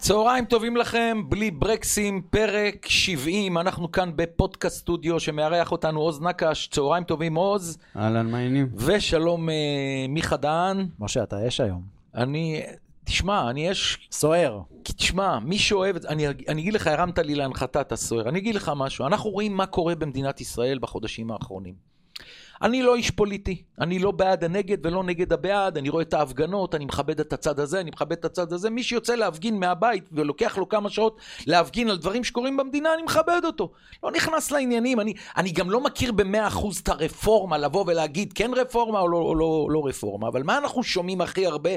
צהריים טובים לכם, בלי ברקסים, פרק 70, אנחנו כאן בפודקאסט סטודיו שמארח אותנו עוז נקש. צהריים טובים עוז. אהלן, מה העניינים? ושלום מיכה דהן. משה, אתה יש היום. תשמע, אני יש... סוער. כי תשמע, מי שאוהב את זה, אני אגיד לך, הרמת לי להנחתה את הסוער, אני אגיד לך משהו, אנחנו רואים מה קורה במדינת ישראל בחודשים האחרונים. אני לא איש פוליטי, אני לא בעד הנגד ולא נגד הבעד, אני רואה את ההפגנות, אני מכבד את הצד הזה, אני מכבד את הצד הזה, מי שיוצא להפגין מהבית ולוקח לו כמה שעות להפגין על דברים שקורים במדינה, אני מכבד אותו, לא נכנס לעניינים, אני גם לא מכיר ב100% את הרפורמה, לבוא ולהגיד כן רפורמה או לא רפורמה, אבל מה אנחנו שומעים הכי הרבה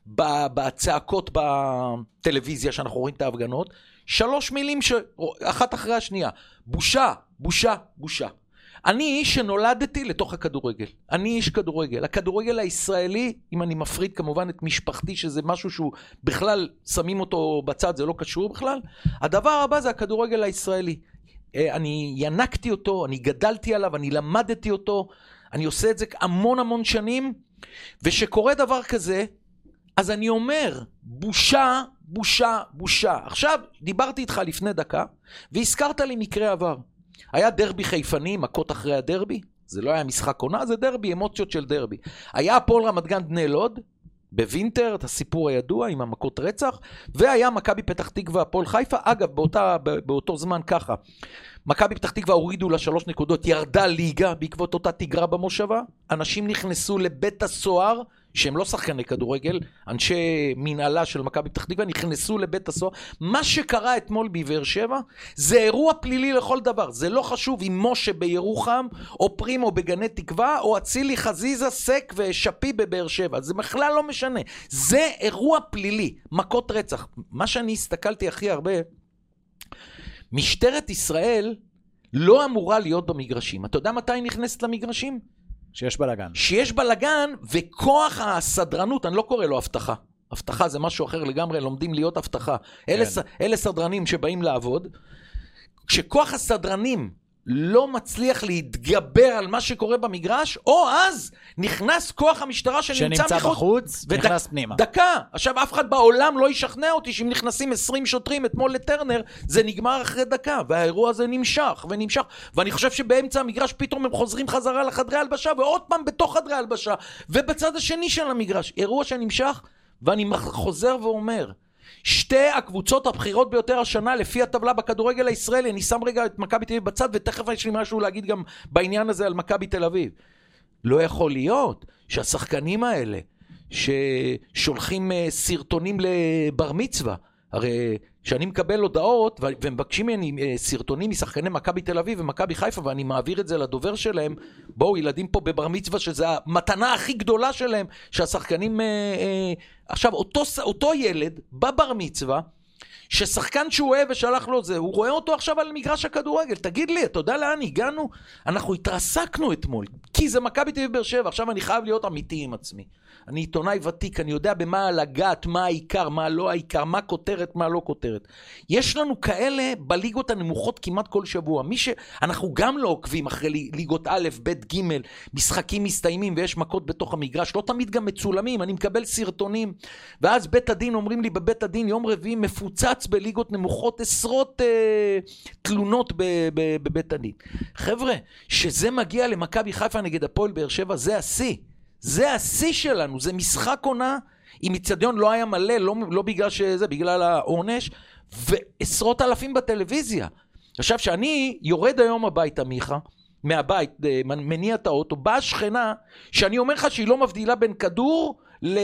בצעקות בטלוויזיה שאנחנו רואים את ההפגנות? 3 מילים אחת אחרי השנייה, בושה, בושה, בושה. אני איש שנולדתי לתוך הכדורגל. אני איש כדורגל. הכדורגל הישראלי, אם אני מפריד כמובן את משפחתי, שזה משהו שהוא בכלל שמים אותו בצד, זה לא קשור בכלל. הדבר הבא זה הכדורגל הישראלי. אני ינקתי אותו, אני גדלתי עליו, אני למדתי אותו, אני עושה את זה המון שנים, ושקורה דבר כזה, אז אני אומר, בושה, בושה, בושה. עכשיו, דיברתי איתך לפני דקה, והזכרת לי מקרה עבר. היה דרבי חיפני, מכות אחרי הדרבי, זה לא היה משחק עונה, זה דרבי, אמוציות של דרבי. היה הפועל רמת גן בני לוד, בווינטר, את הסיפור הידוע עם המכות רצח, והיה מכבי פתח תקווה, הפועל חיפה, אגב, באותו זמן ככה, מכבי פתח תקווה הורידו ל3 נקודות, ירדה ליגה בעקבות אותה תגרה במושבה, אנשים נכנסו לבית הסוהר, שהם לא שחקני כדורגל, אנשי מנהלה של מכבי פתח תקווה נכנסו לבית הסוהר. מה שקרה אתמול בבאר שבע, זה אירוע פלילי לכל דבר. זה לא חשוב אם משה בירוחם, או פרימו בגני תקווה, או אצילי חזיזה, סק ושפי בבאר שבע. זה בכלל לא משנה. זה אירוע פלילי, מכות רצח. מה שאני הסתכלתי הכי הרבה, משטרת ישראל לא אמורה להיות במגרשים. אתה יודע מתי היא נכנסת למגרשים? שיש בלגן. שיש בלגן, וכוח הסדרנות, אני לא קורא לו הבטחה. הבטחה זה משהו אחר לגמרי, לומדים להיות הבטחה. אלה סדרנים שבאים לעבוד. כשכוח הסדרנים לא מצליח להתגבר על מה שקורה במגרש, או אז נכנס כוח המשטרה שנמצא בחוץ, נכנס פנימה. דקה, עכשיו אף אחד בעולם לא ישכנע אותי שאם נכנסים 20 שוטרים אתמול לטרנר, זה נגמר אחרי דקה, והאירוע הזה נמשך ונמשך, ואני חושב שבאמצע המגרש פתאום הם חוזרים חזרה לחדרי הלבשה, ועוד פעם בתוך חדרי הלבשה, ובצד השני של המגרש, אירוע שנמשך, ואני חוזר ואומר, שתי הקבוצות הבחירות ביותר השנה לפי הטבלה בכדורגל הישראלי, אני שם רגע את מכבי תל אביב בצד, ותכף יש לי משהו להגיד גם בעניין הזה על מכבי תל אביב. לא יכול להיות שהשחקנים האלה ששולחים סרטונים לבר מצווה, הרי שאני מקבל הודעות ומבקשים ממני סרטונים משחקני מכבי תל אביב ומכבי חיפה, ואני מעביר את זה לדובר שלהם, בואו ילדים פה בבר מצווה, שזה המתנה הכי גדולה שלהם, שהשחקנים... עכשיו, אותו ילד בבר מצווה, ששחקן שהוא אוהב ושלח לו זה, הוא רואה אותו עכשיו על מגרש הכדורגל. תגיד לי, אתה יודע לאן הגענו? אנחנו התרסקנו אתמול, כי זה מכבי תל אביב באר שבע. עכשיו אני חייב להיות אמיתי עם עצמי. אני עיתונאי ותיק, אני יודע במה לגעת, מה העיקר, מה לא העיקר, מה כותרת, מה לא כותרת. יש לנו כאלה בליגות הנמוכות כמעט כל שבוע. אנחנו גם לא עוקבים אחרי ליגות א', ב', ג', משחקים מסתיימים ויש מכות בתוך המגרש, לא תמיד גם מצולמים, אני מקבל סרטונים, ואז בית הדין אומרים לי בבית הדין, יום רביעי מפוצץ בליגות נמוכות, עשרות תלונות בבית הדין. חבר'ה, שזה מגיע למכבי חיפה נגד הפועל באר שבע, זה השיא. זה השיא שלנו, זה משחק עונה, אם אצטדיון לא היה מלא, לא בגלל שזה, בגלל העונש, ועשרות אלפים בטלוויזיה. עכשיו שאני יורד היום הביתה, מיכה, מהבית, מניע את האוטו, באה שכנה, שאני אומר לך שהיא לא מבדילה בין כדור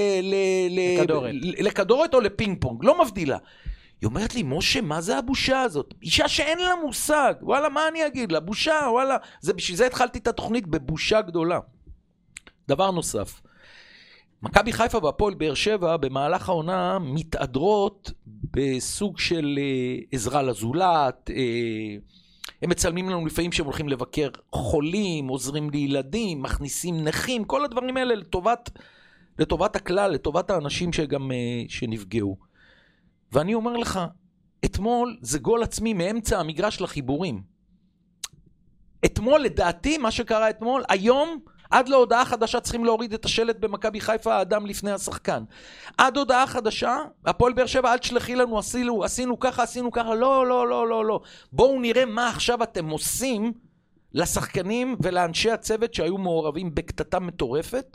לכדורת או לפינג פונג, לא מבדילה. היא אומרת לי, משה, מה זה הבושה הזאת? אישה שאין לה מושג, וואלה, מה אני אגיד לה? בושה, וואלה, בשביל זה התחלתי את התוכנית בבושה גדולה. דבר נוסף, מכבי חיפה והפועל באר שבע במהלך העונה מתהדרות בסוג של עזרה לזולת, הם מצלמים לנו לפעמים שהם הולכים לבקר חולים, עוזרים לילדים, מכניסים נכים, כל הדברים האלה לטובת הכלל, לטובת האנשים שגם שנפגעו. ואני אומר לך, אתמול זה גול עצמי מאמצע המגרש לחיבורים. אתמול לדעתי, מה שקרה אתמול, היום עד להודעה חדשה צריכים להוריד את השלט במכבי חיפה, האדם לפני השחקן. עד הודעה חדשה, הפועל באר שבע, אל תשלחי לנו, עשינו ככה, לא. בואו נראה מה עכשיו אתם עושים לשחקנים ולאנשי הצוות שהיו מעורבים בקטטה מטורפת,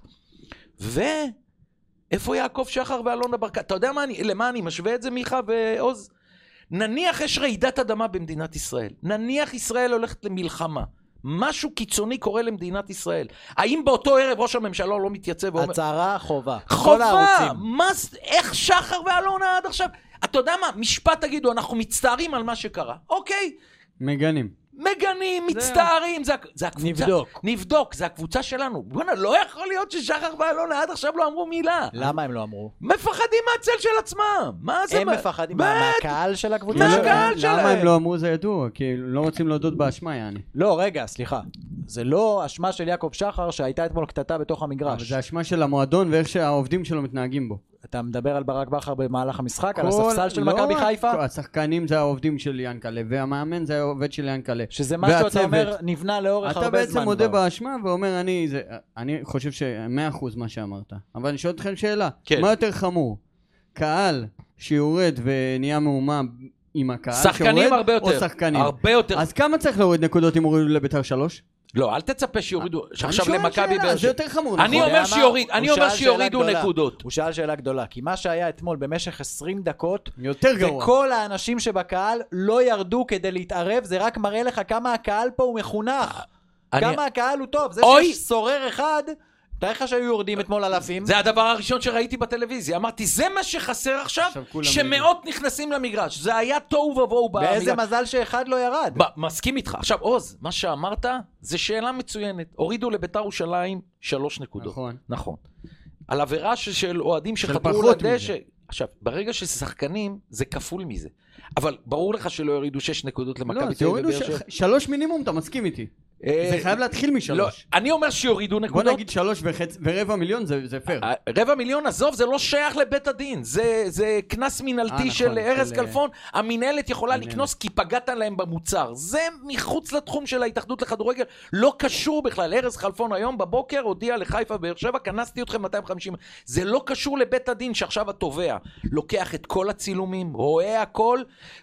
ואיפה יעקב שחר ואלונה ברקת? אתה יודע למה אני משווה את זה, מיכה ועוז? נניח יש רעידת אדמה במדינת ישראל, נניח ישראל הולכת למלחמה, משהו קיצוני קורה למדינת ישראל, האם באותו ערב ראש הממשלה לא מתייצב ואומר... הצהרה חובה. חובה! איך שחר ואלונה עד עכשיו? אתה יודע מה? משפט תגידו, אנחנו מצטערים על מה שקרה. אוקיי. מגנים, מצטערים, זה הקבוצה. נבדוק, זה הקבוצה שלנו. בוא'נה, לא יכול להיות ששחר ואלונה עד עכשיו לא אמרו מילה. למה הם לא אמרו? מפחדים מהצל של עצמם. מה זה? הם מפחדים מהקהל של הקבוצה שלהם? מהקהל שלהם. למה הם לא אמרו זה ידוע? כי לא רוצים להודות באשמה, יעני. לא, רגע, סליחה. זה לא אשמה של יעקב שחר שהייתה אתמול קטטה בתוך המגרש. אבל זה אשמה של המועדון ואיך שהעובדים שלו מתנהגים בו. אתה מדבר על ברק בכר במהלך המשחק, על הספסל של מכבי חיפה? השחקנים זה העובדים של ינקלה, והמאמן זה העובד של ינקלה. שזה מה שאתה אומר נבנה לאורך הרבה זמן. אתה בעצם מודה באשמה ואומר, אני חושב ש100% מה שאמרת. אבל אני שואל אתכם שאלה, מה יותר חמור? קהל שיורד ונהיה מהומה עם הקהל, שחקנים הרבה יותר. או שחקנים? הרבה יותר. אז כמה צריך להוריד נקודות אם הורידו לביתר 3? לא, אל תצפה שיורידו, שעכשיו למכבי באר שבע. זה יותר חמור. אני אומר שיורידו נקודות. הוא שאל שאלה גדולה, כי מה שהיה אתמול במשך 20 דקות, יותר גרוע. וכל האנשים שבקהל לא ירדו כדי להתערב, זה רק מראה לך כמה הקהל פה הוא מחונך. כמה הקהל הוא טוב. זה שיש סורר אחד, תראה לך שהיו יורדים אתמול אלפים. זה הדבר הראשון שראיתי בטלוויזיה. אמרתי, זה מה שחסר עכשיו, שמאות נכנסים למגרש. זה היה תוהו ובוהו במגרש. באיזה מזל שאחד לא ירד. מסכים איתך. עכשיו, עוז, מה שאמרת, זה שאלה מצוינת. הורידו לביתר ירושלים 3 נקודות. נכון. על עבירה של אוהדים שחתרו לדשא. עכשיו, ברגע ששחקנים, זה כפול מזה. אבל ברור לך שלא יורידו 6 נקודות למכבי תל אביב. 3 מינימום, אתה מסכים איתי. זה חייב להתחיל מ3. לא, אני אומר שיורידו נקודות. בוא נגיד 3.25 מיליון, זה פייר. 250,000, עזוב, זה לא שייך לבית הדין. זה כנס מינלתי של ארז כלפון. המנהלת יכולה לקנוס כי פגעת להם במוצר. זה מחוץ לתחום של ההתאחדות לכדורגל. לא קשור בכלל. ארז כלפון היום בבוקר הודיע לחיפה באר שבע, כנסתי אתכם 250. זה לא קשור לבית הדין שעכשיו התובע לוקח את כל הצילומים, רואה הכל.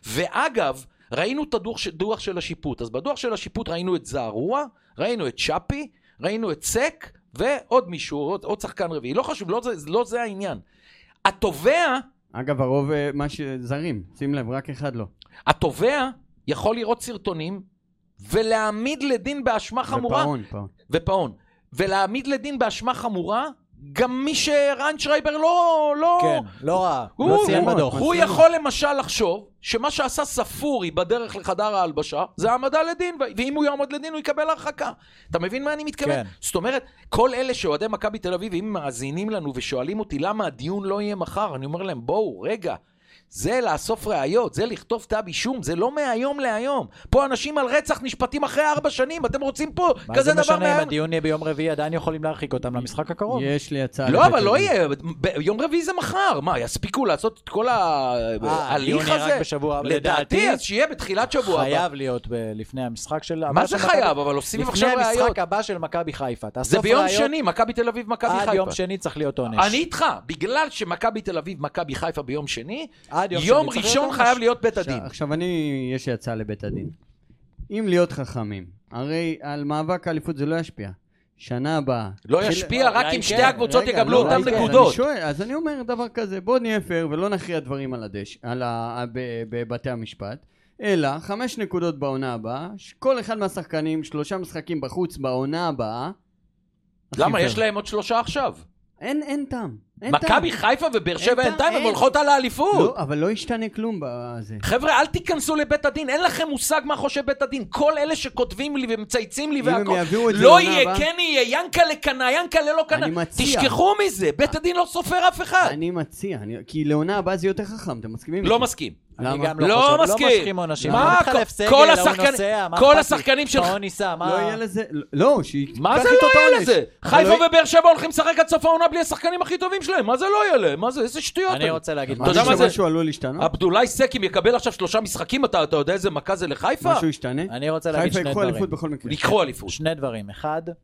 ואגב, ראינו את הדוח של השיפוט. אז בדוח של השיפוט ראינו את זערוע, ראינו את שפי, ראינו את סק, ועוד מישהו, עוד שחקן רביעי. לא חשוב, לא זה העניין. התובע... אגב, הרוב מה שזרים, שים לב, רק אחד לא. התובע יכול לראות סרטונים, ולהעמיד לדין באשמה חמורה... ופעון. ולהעמיד לדין באשמה חמורה... גם מי שרן שרייבר לא... כן, לא ראה, לא ציין בדוח. הוא יכול למשל לחשוב שמה שעשה ספורי בדרך לחדר ההלבשה, זה העמדה לדין, ואם הוא יעמוד לדין הוא יקבל הרחקה. אתה מבין מה אני מתכוון? כן. זאת אומרת, כל אלה שאוהדי מכבי תל אביב, אם מאזינים לנו ושואלים אותי למה הדיון לא יהיה מחר, אני אומר להם, בואו, רגע, זה לאסוף ראיות, זה לכתוב כתב אישום, זה לא מהיום להיום. פה אנשים על רצח נשפטים אחרי 4 שנים, אתם רוצים פה כזה דבר מהיום. מה זה משנה, אם הדיון יהיה ביום רביעי, עדיין יכולים להרחיק אותם למשחק הקרוב. יש לי הצעה. לא, אבל לא יהיה, יום רביעי זה מחר. מה, יספיקו לעשות את כל ההליך הזה? לדעתי, אז שיהיה בתחילת שבוע. חייב להיות לפני המשחק של... מה זה חייב? אבל עושים עכשיו ראיות. לפני המשחק הבא של מכבי חיפה. זה ביום שני, מכבי תל אביב, מכבי חיפה. עד יום שני צריך להיות עונש. אני איתך, בגלל שמכבי תל אביב, מכבי חיפה ביום שני, יום ראשון חייב להיות בית הדין. עכשיו יש לי הצעה לבית הדין. אם להיות חכמים, הרי על מאבק האליפות זה לא ישפיע. שנה הבאה. לא ישפיע, רק אם שתי הקבוצות יקבלו אותם נקודות. אז אני אומר דבר כזה, בוא נהיה פייר ולא נכריע דברים בבתי המשפט, אלא 5 נקודות בעונה הבאה, כל אחד מהשחקנים, 3 משחקים בחוץ בעונה הבאה. למה? יש להם עוד 3 עכשיו. אין טעם. מכבי חיפה ובאר שבע אין טעם, הם הולכות על האליפות. לא, אבל לא ישתנה כלום בזה. חבר'ה, אל תיכנסו לבית הדין, אין לכם מושג מה חושב בית הדין. כל אלה שכותבים לי ומצייצים לי והכל, לא יהיה, כן יהיה, ינקלה קנה, ינקלה לא קנה. תשכחו מזה, בית הדין לא סופר אף אחד. אני מציע, כי לעונה הבאה זה יותר חכם, אתם מסכימים? לא מסכים. אני גם לא מסכים עונשים. כל השחקנים שלך... לא יהיה לזה... לא, מה זה לא יהיה לזה? חיפה ובאר שבע הולכים לשחק עד סוף העונה בלי השחקנים הכי טובים שלהם. מה זה לא יהיה להם? מה זה? איזה שטויות? אני רוצה להגיד... אתה יודע מה זה? משהו עלול להשתנות? עבדולאי סקים יקבל עכשיו 3 משחקים, אתה יודע איזה מכה זה לחיפה? משהו ישתנה? אני רוצה להגיד 2 דברים. חיפה יקחו אליפות בכל מקרה. יקחו אליפות. 2 דברים. 1,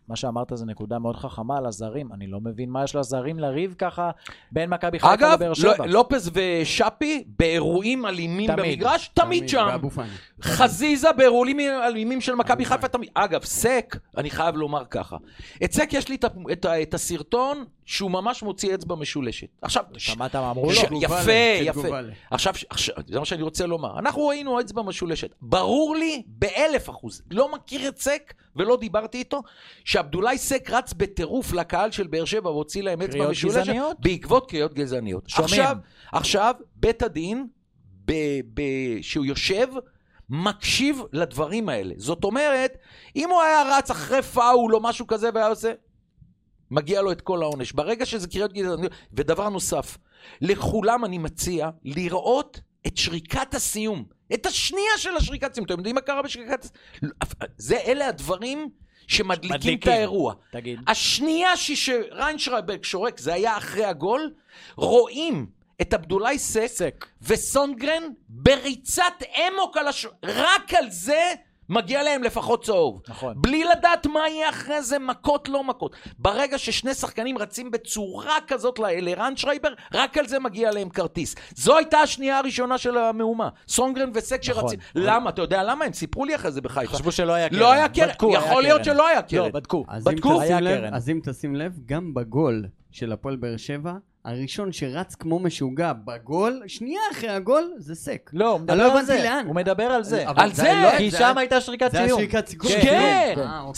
מה שאמרת זה נקודה מאוד חכמה על הזרים. אני לא מבין מה יש לזרים לריב ככה בין מכבי חיפה לבאר שבע. אגב, לופס ושאפי באירועים אלימים במגרש, תמיד שם. חזיזה באירועים אלימים של מכבי חיפה תמיד. אגב, סק, אני חייב לומר ככה. את סק יש לי את הסרטון שהוא ממש מוציא אצבע משולשת. עכשיו, שמעת מה אמרו לו? יפה. עכשיו, זה מה שאני רוצה לומר. אנחנו ראינו אצבע משולשת. ברור לי ב1,000%, לא מכיר את סק ולא דיברתי איתו, שעבדולאי סק רץ בטירוף לקהל של באר שבע והוציא להם אצבע משולשת בעקבות קריאות גזעניות. עכשיו, בית הדין, שהוא יושב, מקשיב לדברים האלה. זאת אומרת, אם הוא היה רץ אחרי פאול או משהו כזה והיה עושה, מגיע לו את כל העונש. ברגע שזה קריאות גזעניות, ודבר נוסף, לכולם אני מציע לראות את שריקת הסיום, את השנייה של השריקת סיום. אתם יודעים מה קרה בשריקת הסיום? אלה הדברים שמדליקים את האירוע. תגיד. השנייה שריינשרייבר שורק, זה היה אחרי הגול, רואים את עבדולאי סק וסונגרן בריצת אמוק רק על זה מגיע להם לפחות צהוב. נכון. בלי לדעת מה יהיה אחרי זה, מכות לא מכות. ברגע ששני שחקנים רצים בצורה כזאת לריינשרייבר, רק על זה מגיע להם כרטיס. זו הייתה השנייה הראשונה של המהומה. סונגרן וסק שרצים. למה? אתה יודע למה? הם סיפרו לי אחרי זה בחיפה. חשבו שלא היה קרן. לא היה קרן. יכול להיות שלא היה קרן. לא, בדקו. אז אם תשים לב, גם בגול של הפועל באר שבע, הראשון שרץ כמו משוגע בגול, שנייה אחרי הגול, זה סק. לא, הוא מדבר על זה. הוא מדבר על זה. על זה. כי שם הייתה שריקת סיום. זה השריקת סיום. כן.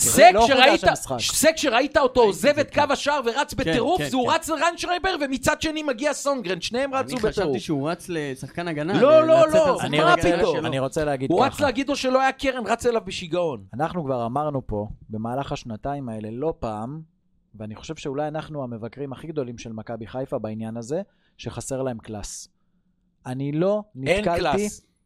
סק שראית אותו עוזב את קו השער ורץ בטירוף, זה הוא רץ לריינשרייבר ומצד שני מגיע סונגרן. שניהם רצו בטירוף. אני חשבתי שהוא רץ לשחקן הגנה. לא. מה פתאום? אני רוצה להגיד ככה. הוא רץ להגיד לו שלא היה קרן, רץ אליו בשיגעון. אנחנו כבר אמרנו פה, במהלך השנתיים האלה, לא פעם, ואני חושב שאולי אנחנו המבקרים הכי גדולים של מכבי חיפה בעניין הזה, שחסר להם קלאס. אני לא נתקלתי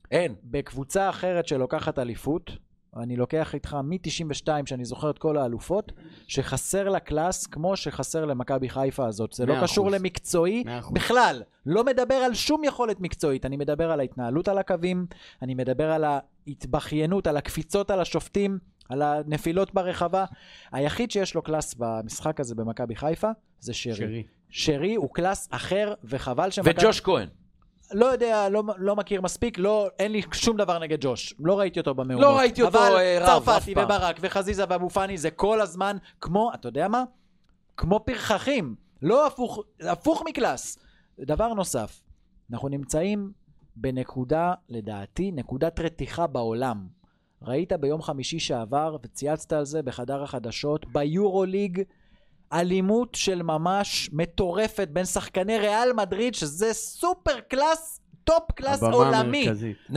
בקבוצה אחרת שלוקחת אליפות, אני לוקח איתך מ-92 שאני זוכר את כל האלופות, שחסר לה קלאס כמו שחסר למכבי חיפה הזאת. זה לא קשור למקצועי בכלל. לא מדבר על שום יכולת מקצועית. אני מדבר על ההתנהלות על הקווים, אני מדבר על ההתבחיינות, על הקפיצות על השופטים, על הנפילות ברחבה. היחיד שיש לו קלאס במשחק הזה במכבי חיפה זה שרי. שרי הוא קלאס אחר וחבל וג'וש כהן. לא יודע, לא מכיר מספיק, אין לי שום דבר נגד ג'וש. לא ראיתי אותו במאומות. לא ראיתי אותו רב אף פעם. אבל צרפתי וברק וחזיזה ואבו פאני זה כל הזמן כמו, אתה יודע מה? כמו פרחחים. לא הפוך מקלאס. דבר נוסף, אנחנו נמצאים בנקודה, לדעתי, נקודת רתיחה בעולם. ראית ביום חמישי שעבר, וצייצת על זה בחדר החדשות, ביורוליג, אלימות של ממש מטורפת בין שחקני ריאל מדריד, שזה סופר קלאס, טופ קלאס עולמי.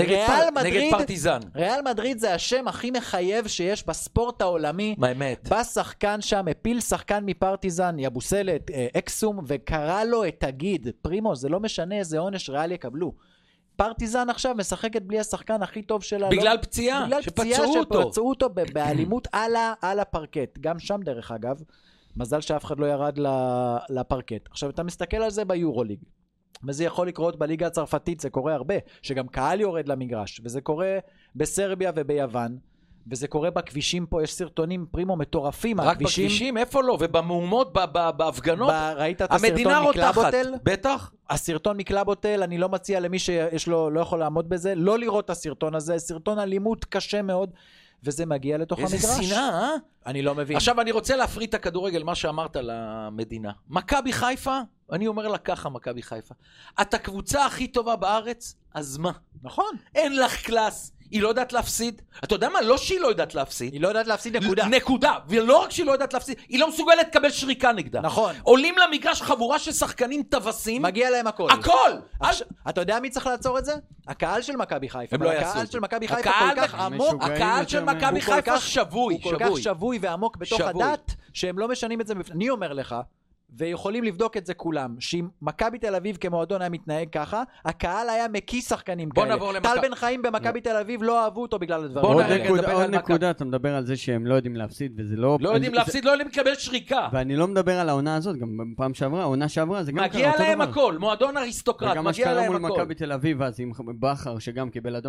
נגד פרטיזן. ריאל מדריד זה השם הכי מחייב שיש בספורט העולמי. באמת. בא שחקן שם, הפיל שחקן מפרטיזן, יבוסלת, אקסום, וקרא לו את תגיד, פרימו, זה לא משנה איזה עונש ריאל יקבלו. פרטיזן עכשיו משחקת בלי השחקן הכי טוב שלה. בגלל פציעה, שפצעו אותו באלימות על הפרקט. גם שם דרך אגב, מזל שאף אחד לא ירד לפרקט. עכשיו אתה מסתכל על זה ביורוליג, וזה יכול לקרות בליגה הצרפתית, זה קורה הרבה, שגם קהל יורד למגרש, וזה קורה בסרביה וביוון, וזה קורה בכבישים פה, יש סרטונים פרימו מטורפים. רק בכבישים, איפה לא? ובמהומות, בהפגנות, ראית את המדינה רותחת. בטח. הסרטון מקלאבוטל, אני לא מציע למי שיש לו, לא יכול לעמוד בזה, לא לראות את הסרטון הזה, סרטון אלימות קשה מאוד, וזה מגיע לתוך המגרש. איזה שנאה, אני לא מבין. עכשיו אני רוצה להפריד את הכדורגל, מה שאמרת למדינה. מכבי חיפה, אני אומר לה ככה, מכבי חיפה, אתה קבוצה הכי טובה בארץ, אז מה? נכון. אין לך קלאס. היא לא יודעת להפסיד. אתה יודע מה? לא שהיא לא יודעת להפסיד. היא לא יודעת להפסיד, נקודה. נקודה. ולא רק שהיא לא יודעת להפסיד, היא לא מסוגלת לקבל שריקה נגדה. נכון. עולים למגרש חבורה של שחקנים טווסים. מגיע להם הכל. הכל! אתה יודע מי צריך לעצור את זה? הקהל של מכבי חיפה. הם לא יעשו. הקהל של מכבי חיפה כל כך עמוק. הקהל של מכבי חיפה שבוי. הוא כל כך שבוי ועמוק בתוך הדת, שהם לא משנים את זה. אני אומר לך, ויכולים לבדוק את זה כולם, שאם מכבי תל אביב כמועדון היה מתנהג ככה, הקהל היה מקיא שחקנים כאלה. טל בן חיים במכבי תל אביב לא אהבו אותו בגלל הדברים. עוד נקודה, אתה מדבר על זה שהם לא יודעים להפסיד, וזה לא... לא יודעים להפסיד, לא יודעים לקבל שריקה. ואני לא מדבר על העונה הזאת, גם פעם שעברה, העונה שעברה, זה גם מגיע להם הכל, מועדון אריסטוקרט, מגיע להם הכל. וגם מה שקרה מול מכבי תל אביב, אז עם בכר שגם קיבל אדום.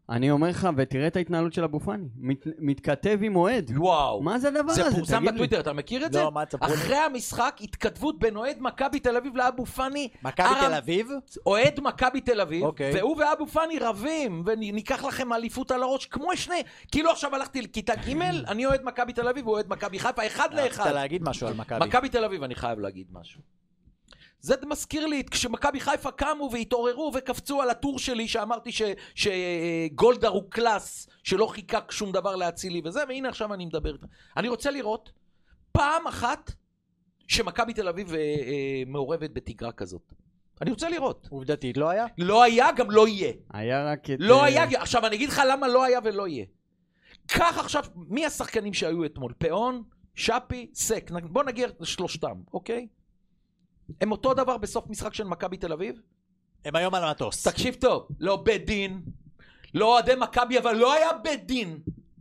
אני אומר לך, ותראה את ההתנהלות של אבו פאני. מתכתב עם אוהד. וואו. מה זה הדבר הזה? זה פורסם בטוויטר, אתה מכיר את זה? לא, מה תספרו לי? אחרי המשחק, התכתבות בין אוהד מכבי תל אביב לאבו פאני. מכבי תל אביב? אוהד מכבי תל אביב, אוקיי. והוא ואבו פאני רבים, וניקח לכם אליפות על הראש, כמו שני, כאילו עכשיו הלכתי לכיתה ג', אני אוהד מכבי תל אביב, הוא אוהד מכבי חיפה, אחד לאחד. אתה להגיד משהו על מכבי. מכבי תל אביב, אני חייב להגיד משהו. זה מזכיר לי, כשמכבי חיפה קמו והתעוררו וקפצו על הטור שלי, שאמרתי שגולדהר הוא קלאס, שלא חיכה שום דבר להצילי וזה, והנה עכשיו אני מדבר. אני רוצה לראות פעם אחת שמכבי תל אביב מעורבת בתגרה כזאת. אני רוצה לראות. עובדתית, לא היה? לא היה, גם לא יהיה. היה רק את... לא היה, עכשיו אני אגיד לך למה לא היה ולא יהיה. כך עכשיו, מי השחקנים שהיו אתמול? פאון, שפי, סק. בוא נגיע לשלושתם, אוקיי? הם אותו דבר בסוף משחק של מכבי תל אביב? הם היום על המטוס. תקשיב טוב, לא בית דין, לא אוהדי מכבי, אבל לא היה בית דין.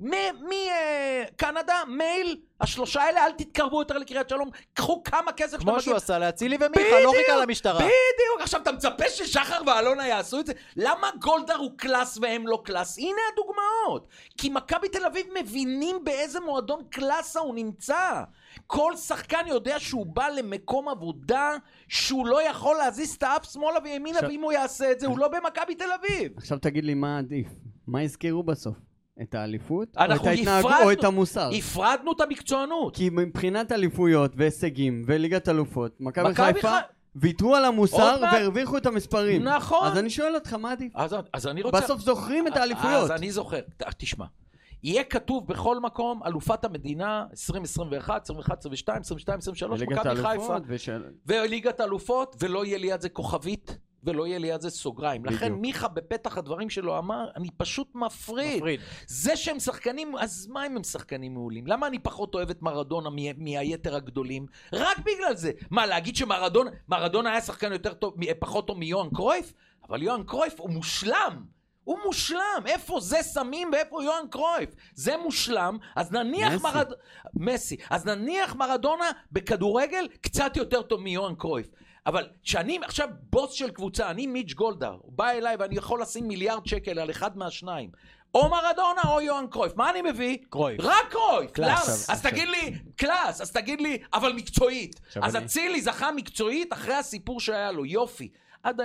מקנדה, מייל, השלושה האלה, אל תתקרבו יותר לקריית שלום, קחו כמה כסף כמו שהוא עשה להצילי ומיכה, לא חיכה למשטרה. בדיוק, עכשיו אתה מצפה ששחר ואלונה יעשו את זה? למה גולדהר הוא קלאס והם לא קלאס? הנה הדוגמאות. כי מכבי תל אביב מבינים באיזה מועדון קלאסה הוא נמצא. כל שחקן יודע שהוא בא למקום עבודה, שהוא לא יכול להזיז את האף שמאלה וימינה, ואם הוא יעשה את זה, הוא לא במכבי תל אביב. עכשיו תגיד לי מה עדיף, מה הזכירו בסוף? את האליפות? או אנחנו את ההתנהגות או את המוסר? הפרדנו את המקצוענות. כי מבחינת אליפויות והישגים וליגת אלופות, מכבי חיפה ויתרו על המוסר והרוויחו את המספרים. נכון. אז אני שואל אותך מה עדיף? אז אני רוצה... בסוף זוכרים את האליפויות. אז אני זוכר, תשמע. יהיה כתוב בכל מקום, אלופת המדינה, 2021, 21, 22, 22, 23, מכבי חיפה, וליגת אלופות, ולא יהיה ליד זה כוכבית, ולא יהיה ליד זה סוגריים. לכן מיכה בפתח הדברים שלו אמר, אני פשוט מפריד. זה שהם שחקנים, אז מה אם הם שחקנים מעולים? למה אני פחות אוהב את מרדונה מהיתר הגדולים? רק בגלל זה. מה, להגיד שמרדונה היה שחקן יותר טוב, פחות טוב מיוהאן קרויף? אבל יוהאן קרויף הוא מושלם. הוא מושלם, איפה זה שמים ואיפה יוהאן קרויף? זה מושלם, אז נניח מסי, אז נניח מרדונה בכדורגל קצת יותר טוב מיוהאן קרויף. אבל שאני עכשיו בוס של קבוצה, אני מיץ' גולדהר, הוא בא אליי ואני יכול לשים מיליארד שקל על אחד מהשניים. או מרדונה או יוהאן קרויף. מה אני מביא? קרויף. רק קרויף. קלאס. אז תגיד לי, קלאס, אז תגיד לי, אבל מקצועית. אז אצילי זכה מקצועית אחרי הסיפור שהיה לו, יופי. עד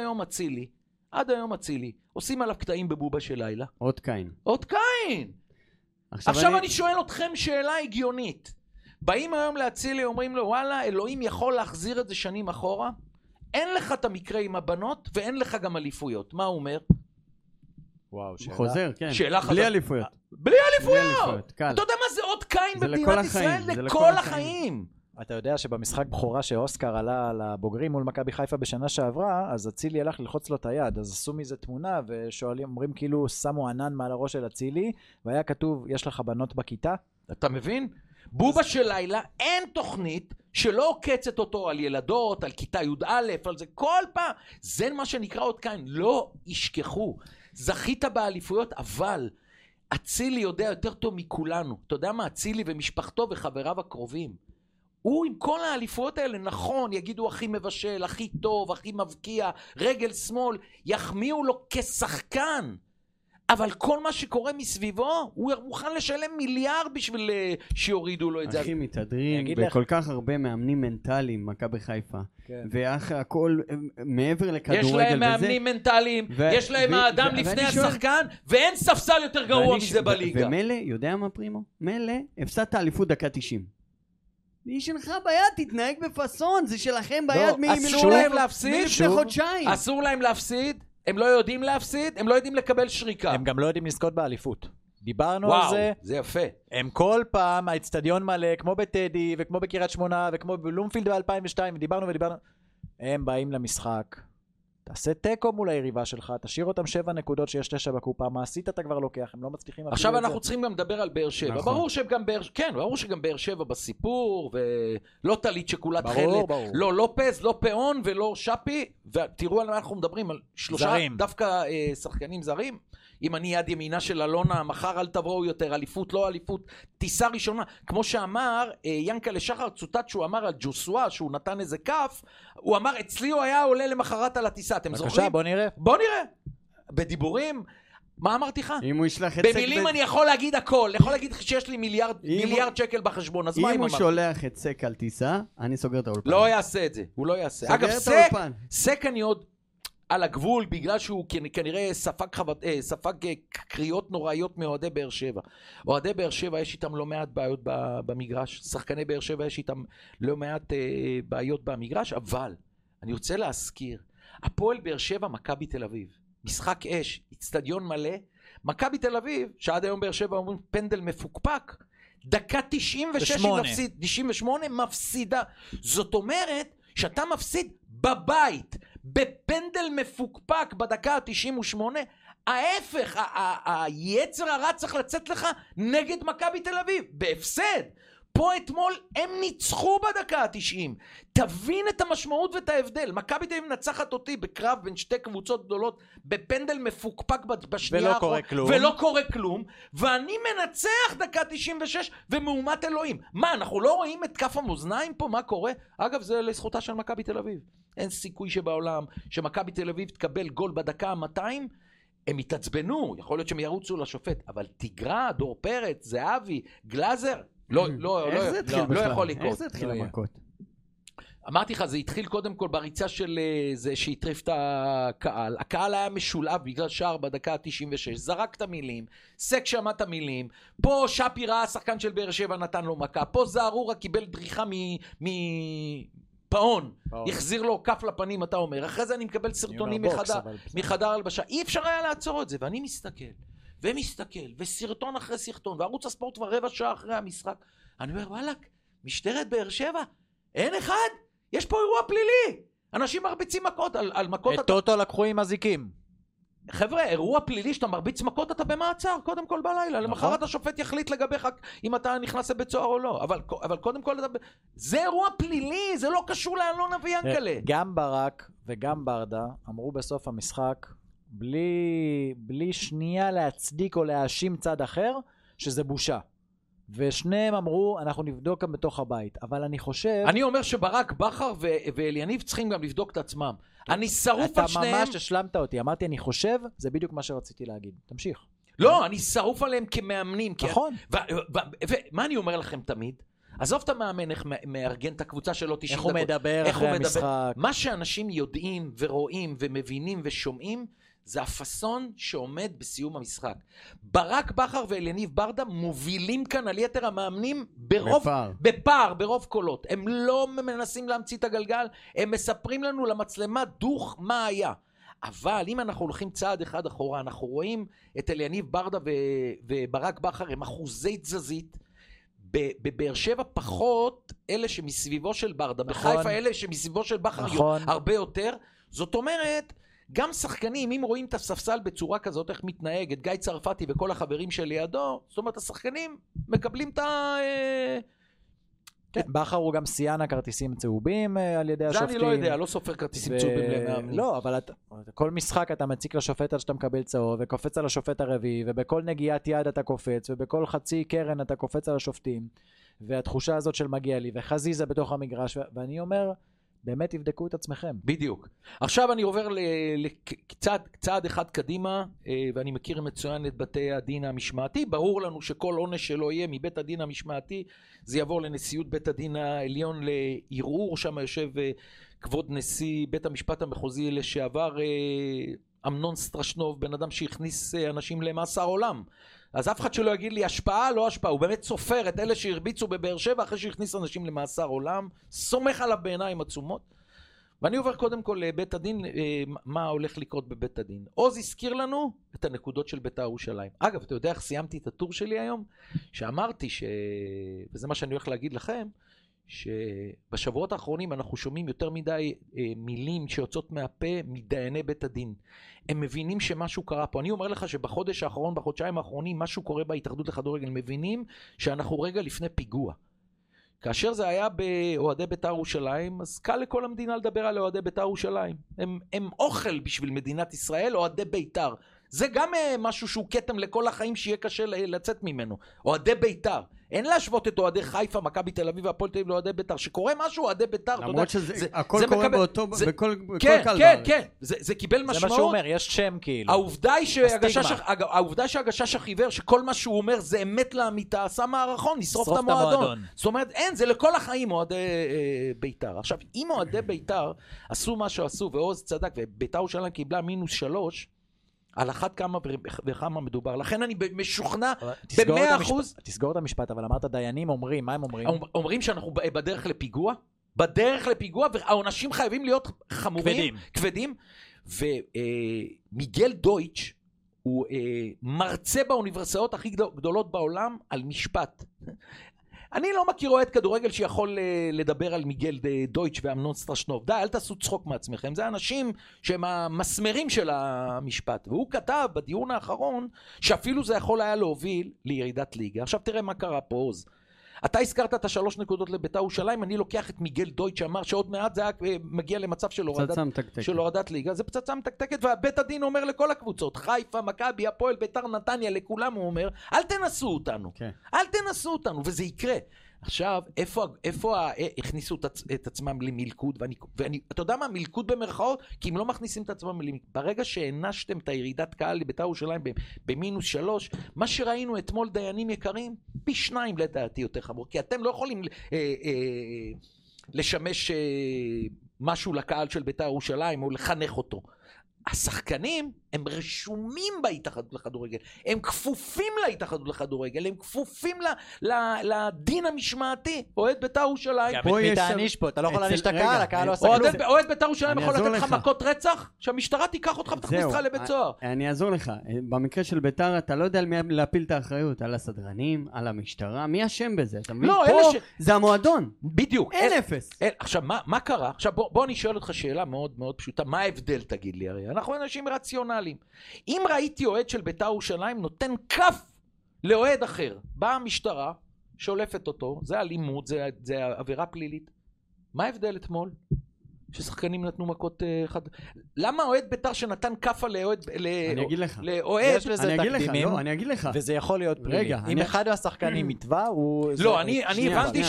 היום אצילי, עושים עליו קטעים בבובה של לילה. עוד קין. עוד קין! עכשיו אני שואל אתכם שאלה הגיונית. באים היום להצילי, אומרים לו, וואלה, אלוהים יכול להחזיר את זה שנים אחורה? אין לך את המקרה עם הבנות, ואין לך גם אליפויות. מה הוא אומר? וואו, שאלה. חוזר, כן. שאלה חזרה. בלי אליפויות. בלי אליפויות! קל. אתה יודע מה זה עוד קין במדינת ישראל? זה לכל החיים. אתה יודע שבמשחק בחורה שאוסקר עלה על הבוגרים מול מכבי חיפה בשנה שעברה, אז אצילי הלך ללחוץ לו את היד, אז עשו מזה תמונה ושואלים, אומרים כאילו שמו ענן מעל הראש של אצילי, והיה כתוב, יש לך בנות בכיתה? אתה מבין? בובה של לילה, אין תוכנית שלא עוקצת אותו על ילדות, על כיתה י"א, על זה כל פעם. זה מה שנקרא עוד קין. לא ישכחו. זכית באליפויות, אבל אצילי יודע יותר טוב מכולנו. אתה יודע מה? אצילי ומשפחתו וחבריו הקרובים. הוא עם כל האליפויות האלה, נכון, יגידו הכי מבשל, הכי טוב, הכי מבקיע, רגל שמאל, יחמיאו לו כשחקן. אבל כל מה שקורה מסביבו, הוא מוכן לשלם מיליארד בשביל שיורידו לו את זה. הכי מתהדרים בכל כך הרבה מאמנים מנטליים, מכבי חיפה. ואח הכל מעבר לכדורגל וזה. יש להם מאמנים מנטליים, יש להם האדם לפני השחקן, ואין ספסל יותר גרוע מזה בליגה. ומלא, יודע מה פרימו? מלא, הפסדת האליפות דקה 90. היא שלך ביד, תתנהג בפסון, זה שלכם ביד אסור להם להפסיד, מלפני חודשיים. אסור להם להפסיד, הם לא יודעים להפסיד, הם לא יודעים לקבל שריקה. הם גם לא יודעים לזכות באליפות. דיברנו על זה. זה יפה. הם כל פעם, האצטדיון מלא, כמו בטדי, וכמו בקריית שמונה, וכמו בלומפילד ב-2002, ודיברנו. הם באים למשחק. תעשה טקו מול היריבה שלך, תשאיר אותם 7 נקודות שיש 9 בקופה, מה עשית אתה כבר לוקח, הם לא מצליחים. עכשיו אנחנו צריכים גם לדבר על באר שבע. ברור שגם באר שבע בסיפור, ולא תלית שכולת חלק, לא לופז, לא פאון ולא שפי, ותראו על מה אנחנו מדברים, על 3 דווקא שחקנים זרים. אם אני יד ימינה של אלונה, מחר אל תבואו יותר, אליפות, לא אליפות, טיסה ראשונה. כמו שאמר, ינקלה שחר צוטט שהוא אמר על ג'וסווה, שהוא נתן איזה כף, הוא אמר, אצלי הוא היה עולה למחרת על הטיסה, אתם זוכרים? בוא נראה. בוא נראה. בדיבורים, מה אמרתי לך? אם הוא ישלח את במילים אני יכול להגיד הכל, יכול להגיד שיש לי מיליארד שקל בחשבון, אז מה אם אמרתי? אם הוא שולח את סק על טיסה, אני סוגר את האולפן. לא יעשה את זה, הוא לא יעשה. אגב, סק אני עוד על הגבול, בגלל שהוא כנראה ספג קריאות נוראיות מאוהדי באר שבע. אוהדי באר שבע יש איתם לא מעט בעיות במגרש, שחקני באר שבע יש איתם לא מעט בעיות במגרש, אבל אני רוצה להזכיר, הפועל באר שבע, מכבי תל אביב, משחק אש, אצטדיון מלא, מכבי תל אביב, שעד היום באר שבע אומרים פנדל מפוקפק, דקה 98 מפסידה. זאת אומרת שאתה מפסיד בבית, בפנדל מפוקפק בדקה ה-98, ההפך, היצר הרע צריך לצאת לך נגד מכבי תל אביב, בהפסד. פה אתמול הם ניצחו בדקה ה-90. תבין את המשמעות ואת ההבדל. מכבי תל אביב מנצחת אותי בקרב בין שתי קבוצות גדולות, בפנדל מפוקפק בשנייה האחרונה, ולא קורה כלום, ואני מנצח דקה 96 ומהומת אלוהים. מה, אנחנו לא רואים את כף המאזניים פה? מה קורה? אגב, זה לזכותה של מכבי תל אביב. אין סיכוי שבעולם שמכבי תל אביב תקבל גול בדקה ה-200, הם יתעצבנו, יכול להיות שהם ירוצו לשופט, אבל תיגרה, דור פרץ, זהבי, גלאזר, לא יכול לקרות. איך זה התחיל המכות? אמרתי לך, זה התחיל קודם כל בריצה של זה שהטריף את הקהל. הקהל היה משולב בגלל שער בדקה ה-96, זרק את המילים, סק שמע את המילים, פה שפי ראה השחקן של באר שבע נתן לו מכה, פה זערורה קיבל דריכה פאון, החזיר לו כף לפנים, אתה אומר. אחרי זה אני מקבל סרטונים מחדר הלבשה. אי אפשר היה לעצור את זה, ואני מסתכל, וסרטון אחרי סרטון, וערוץ הספורט כבר רבע שעה אחרי המשחק. אני אומר, וואלק, משטרת באר שבע, אין אחד, יש פה אירוע פלילי. אנשים מרביצים מכות על מכות. את טוטו לקחו עם הזיקים. חבר'ה, אירוע פלילי שאתה מרביץ מכות, אתה במעצר, קודם כל בלילה. למחרת השופט יחליט לגביך אם אתה נכנס לבית סוהר או לא. אבל קודם כל, זה אירוע פלילי, זה לא קשור לאלונה ויאנקלה. גם ברק וגם ברדה אמרו בסוף המשחק, בלי שנייה להצדיק או להאשים צד אחר, שזה בושה. ושניהם אמרו, אנחנו נבדוק גם בתוך הבית. אבל אני חושב... אני אומר שברק, בכר ואליניב צריכים גם לבדוק את עצמם. אני שרוף על שניהם... אתה ממש השלמת אותי. אמרתי, אני חושב, זה בדיוק מה שרציתי להגיד. תמשיך. לא, אני שרוף עליהם כמאמנים. נכון. ומה אני אומר לכם תמיד? עזוב את המאמן, איך מארגן את הקבוצה שלו 90 דקות. איך הוא מדבר אחרי המשחק. מה שאנשים יודעים ורואים ומבינים ושומעים, זה הפסון שעומד בסיום המשחק. ברק, בכר ואליניב ברדה מובילים כאן על יתר המאמנים בפער, ברוב קולות. הם לא מנסים להמציא את הגלגל, הם מספרים לנו למצלמה דוך מה היה. אבל אם אנחנו הולכים צעד אחד אחורה, אנחנו רואים את אליניב ברדה וברק בכר, הם אחוזי תזזית, בבאר שבע פחות אלה שמסביבו של ברדה, בחיפה אלה שמסביבו של בכר הרבה יותר. זאת אומרת, גם שחקנים, אם רואים את הספסל בצורה כזאת, איך מתנהג, את גיא צרפתי וכל החברים שלידו, זאת אומרת, השחקנים מקבלים את ה... כן, בכר הוא גם שיאן הכרטיסים צהובים על ידי השופטים. זה אני לא יודע, לא סופר כרטיסים צהובים למאמנים. לא, אבל כל משחק אתה מציק לשופט על שאתה מקבל צהוב, וקופץ על השופט הרביעי, ובכל נגיעת יד אתה קופץ, ובכל חצי קרן אתה קופץ על השופטים, והתחושה הזאת של מגיע לי, וחזיזה בתוך המגרש, ואני אומר... באמת תבדקו את עצמכם. בדיוק. עכשיו אני עובר צעד אחד קדימה, ואני מכיר מצוין את בתי הדין המשמעתי. ברור לנו שכל עונש שלו יהיה מבית הדין המשמעתי, זה יעבור לנשיאות בית הדין העליון לערעור, שם יושב כבוד נשיא בית המשפט המחוזי לשעבר, אמנון סטרשנוב, בן אדם שהכניס אנשים למאסר עולם. אז אף אחד שלא יגיד לי השפעה, לא השפעה, הוא באמת סופר את אלה שהרביצו בבאר שבע אחרי שהכניס אנשים למאסר עולם, סומך עליו בעיניים עצומות. ואני עובר קודם כל לבית הדין, מה הולך לקרות בבית הדין. עוז הזכיר לנו את הנקודות של בית"ר ירושלים. אגב, אתה יודע איך סיימתי את הטור שלי היום? שאמרתי וזה מה שאני הולך להגיד לכם, שבשבועות האחרונים אנחנו שומעים יותר מדי מילים שיוצאות מהפה מדייני בית הדין. הם מבינים שמשהו קרה פה. אני אומר לך שבחודש האחרון, בחודשיים האחרונים, משהו קורה בהתאחדות לכדורגל. הם מבינים שאנחנו רגע לפני פיגוע. כאשר זה היה באוהדי בית"ר ירושלים, אז קל לכל המדינה לדבר על אוהדי בית"ר ירושלים. הם אוכל בשביל מדינת ישראל, אוהדי בית"ר. זה גם משהו שהוא קטם לכל החיים שיהיה קשה לצאת ממנו. אוהדי בית"ר. אין להשוות את אוהדי חיפה, מכבי תל אביב והפועל תל אביב לאוהדי בית"ר. שקורה משהו, אוהדי בית"ר, אתה יודע. למרות שהכל קורה באותו, בכל כן, קל כן, בארץ. כן. זה קיבל משמעות. זה מה שהוא אומר, יש שם כאילו. העובדה שהגשש החיוור, שכל מה שהוא אומר זה אמת לאמיתה, עשה מערכון, נשרוף את המועדון. זאת אומרת, אין, זה לכל החיים אוהדי בית"ר. עכשיו, אם אוהדי בית"ר עשו מה שעשו, ועוז צדק, ובית"ר ירושלים קיבלה -3, על אחת כמה וכמה מדובר. לכן אני משוכנע ב100%. תסגור את המשפט, אבל אמרת דיינים אומרים, מה הם אומרים? אומרים שאנחנו בדרך לפיגוע, והעונשים חייבים להיות חמורים, כבדים. ומיגל דויטש הוא מרצה באוניברסיטאות הכי גדולות בעולם על משפט. אני לא מכיר אוהד כדורגל שיכול לדבר על מיגל דויטש ואמנון סטרשנוב. די, אל תעשו צחוק מעצמכם. זה אנשים שהם המסמרים של המשפט. והוא כתב בדיון האחרון שאפילו זה יכול היה להוביל לירידת ליגה. עכשיו תראה מה קרה פה, עוז. אתה הזכרת את 3 נקודות לבית"ר ירושלים, אני לוקח את מיגל דויטש שאמר שעוד מעט זה מגיע למצב של הורדת ליגה. זה פצצה מתקתקת, ובית הדין אומר לכל הקבוצות, חיפה, מכבי, הפועל, בית"ר, נתניה, לכולם הוא אומר, אל תנסו אותנו. אל תנסו אותנו, וזה יקרה. עכשיו, איפה הכניסו את עצמם למלכוד, ואתה יודע מה, מלכוד במרכאות, כי הם לא מכניסים את עצמם למלכוד. ברגע שהנשתם את הירידת קהל לבית"ר ירושלים ב-3, מה שראינו אתמול דיינים יקרים, פי 2 לדעתי יותר חמור, כי אתם לא יכולים לשמש משהו לקהל של בית"ר ירושלים, או לחנך אותו. השחקנים הם רשומים בהתאחדות לכדורגל, הם כפופים להתאחדות לכדורגל, הם כפופים לדין המשמעתי. אוהד בית"ר ירושלים, גם את מי תעניש פה, אתה לא יכול להעניש את הקהל, הקהל לא עושה כלום. אוהד בית"ר ירושלים יכול לתת לך מכות רצח, שהמשטרה תיקח אותך ותכניס אותך לבית סוהר. אני אעזור לך, במקרה של בית"ר אתה לא יודע להפיל את האחריות, על הסדרנים, על המשטרה, מי אשם בזה? אתה מבין? פה זה המועדון. בדיוק. אין אפס. עכשיו, מה קרה? עכשיו בוא אני שואל אותך שאלה מאוד מאוד פשוטה, מה ההבדל תגיד לי? הרי אנחנו אנשים רציונליים. אם ראיתי אוהד של בית"ר ירושלים נותן כף לאוהד אחר, באה המשטרה, שולפת אותו, זה אלימות, זה עבירה פלילית. מה ההבדל אתמול? ששחקנים נתנו מכות חד... למה אוהד בית"ר שנתן כפה לאוהד... אני אגיד לך. לאוהד... יש לזה תקדימים. אני אגיד לך. וזה יכול להיות פלילי. אם אחד השחקנים מתווה, הוא... לא, אני הבנתי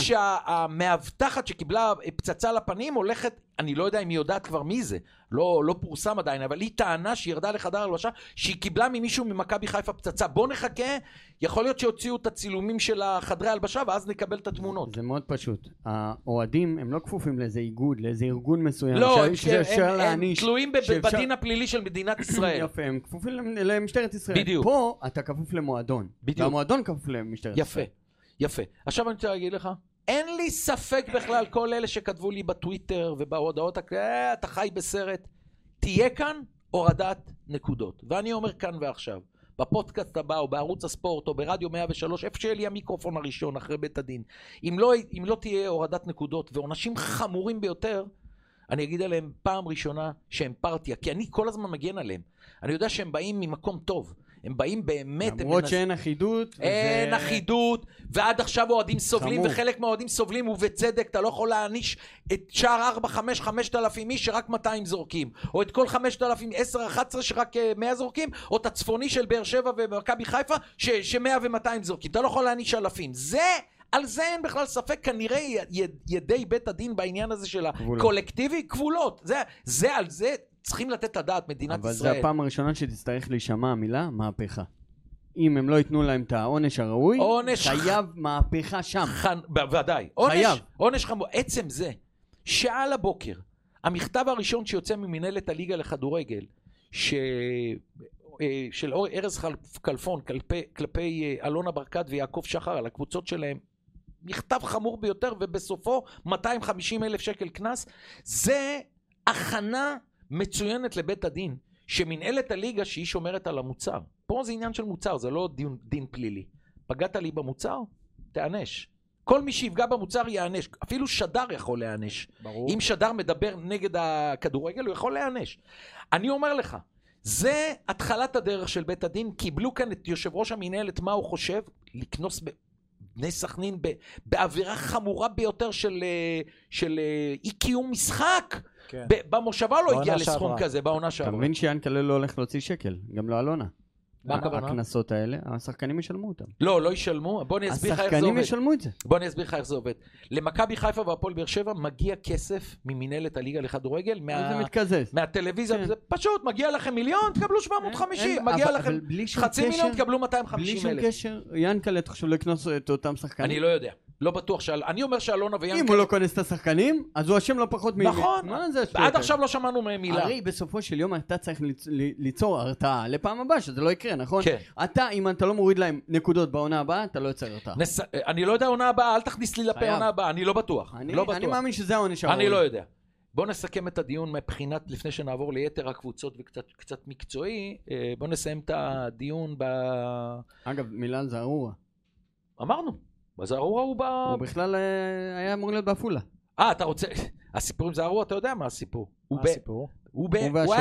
שהמאבטחת שקיבלה פצצה לפנים הולכת, אני לא יודע אם היא יודעת כבר מי זה, לא פורסם עדיין, אבל היא טענה שהיא ירדה לחדר הלבשה, שהיא קיבלה ממישהו ממכבי חיפה פצצה. בוא נחכה, יכול להיות שהוציאו את הצילומים של החדרי הלבשה, ואז נקבל את התמונות. זה מאוד פשוט. האוהדים הם לא כפופים לאיזה איגוד, לאיזה ארגון מסוים. לא, הם תלויים בדין הפלילי של מדינת ישראל. יפה, הם כפופים למשטרת ישראל. בדיוק. פה אתה כפוף למועדון. בדיוק. והמועדון כפוף למשטרת ישראל. יפה. עכשיו אני רוצה להגיד לך, אין לי ספק בכלל, כל אלה שכתבו לי בטוויטר ובהודעות, אתה חי בסרט, תהיה כאן הורדת נקודות. ואני אומר כאן ועכשיו, בפודקאסט הבא או בערוץ הספורט או ברדיו 103, איפה שיהיה לי המיקרופון הראשון אחרי בית הדין, אם לא תהיה הורדת נקודות ועונשים חמורים ביותר, אני אגיד עליהם פעם ראשונה שהם פרטיה, כי אני כל הזמן מגן עליהם. אני יודע שהם באים ממקום טוב. הם באים באמת... למרות שאין אחידות. אין אחידות, ועד עכשיו אוהדים סובלים, וחלק מהאוהדים סובלים, ובצדק, אתה לא יכול להעניש את שער 5,000 איש שרק 200 זורקים, או את כל 5,000, 10, 11 שרק 100 זורקים, או את הצפוני של באר שבע ומכבי חיפה, ש100 ו200 זורקים. אתה לא יכול להעניש אלפים. על זה אין בכלל ספק, כנראה ידי בית הדין בעניין הזה של הקולקטיבי, כבולות. זה על זה צריכים לתת לדעת מדינת ישראל. אבל זה הפעם הראשונה שתצטרך להישמע המילה מהפכה. אם הם לא ייתנו להם את העונש הראוי, חייב מהפכה שם. בוודאי. עונש חמור. עצם זה, שעל הבוקר, המכתב הראשון שיוצא ממנהלת הליגה לכדורגל, של ארז כלפון, כלפי אלונה ברקת ויעקב שחר, על הקבוצות שלהם, מכתב חמור ביותר, ובסופו 250,000 שקל קנס, זה הכנה מצוינת לבית הדין, שמנהלת הליגה שהיא שומרת על המוצר. פה זה עניין של מוצר, זה לא דין פלילי. פגעת לי במוצר? תענש. כל מי שיפגע במוצר יענש. אפילו שדר יכול להענש. ברור. אם שדר מדבר נגד הכדורגל, הוא יכול להענש. אני אומר לך, זה התחלת הדרך של בית הדין, קיבלו כאן את יושב ראש המנהלת מה הוא חושב, לקנוס בני סכנין באווירה חמורה ביותר של אי קיום משחק. כן. במושבה לא הגיע לסכום כזה, בעונה שעברה. אתה מבין שיאנקל'ה לא הולך להוציא שקל, גם לא אלונה. מה הכוונה? הכנסות האלה, השחקנים ישלמו אותם. לא ישלמו. בוא אני אסביר לך איך זה עובד. השחקנים ישלמו את זה. בוא אני אסביר לך איך זה עובד. למכבי חיפה והפועל באר שבע מגיע כסף ממנהלת הליגה לכדורגל, מהטלוויזיה, זה פשוט, מגיע לכם מיליון, תקבלו 750, מגיע לכם חצי מיליון, תקבלו 250,000. בלי שום קשר, יאנקל'ה תחשוב לקנוס את אותם שחקנים. אני לא יודע. לא בטוח אני אומר שאלונה ויאנקל'ה... אם הוא לא כונס את השחקנים, אז הוא אשם לא פחות מילה. נכון. עד עכשיו לא שמענו מילה. הרי בסופו של יום אתה צריך ליצור הרתעה לפעם הבאה, שזה לא יקרה, נכון? כן. אתה, אם אתה לא מוריד להם נקודות בעונה הבאה, אתה לא יוצר הרתעה. אני לא יודע עונה הבאה, אל תכניס לי לפה עונה הבאה, אני לא בטוח. אני מאמין שזה העונש האחרון. אני לא יודע. בוא נסכם את הדיון מבחינת, לפני שנעבור ליתר הקבוצות וקצת מקצועי, בוא נסיים את הדיון אגב, מילה על זערורה. אמרנו. זערורה הוא בכלל היה אמור להיות באפולה. אתה רוצה... הסיפור עם זערורה, אתה יודע מה הסיפור. מה הסיפור? הוא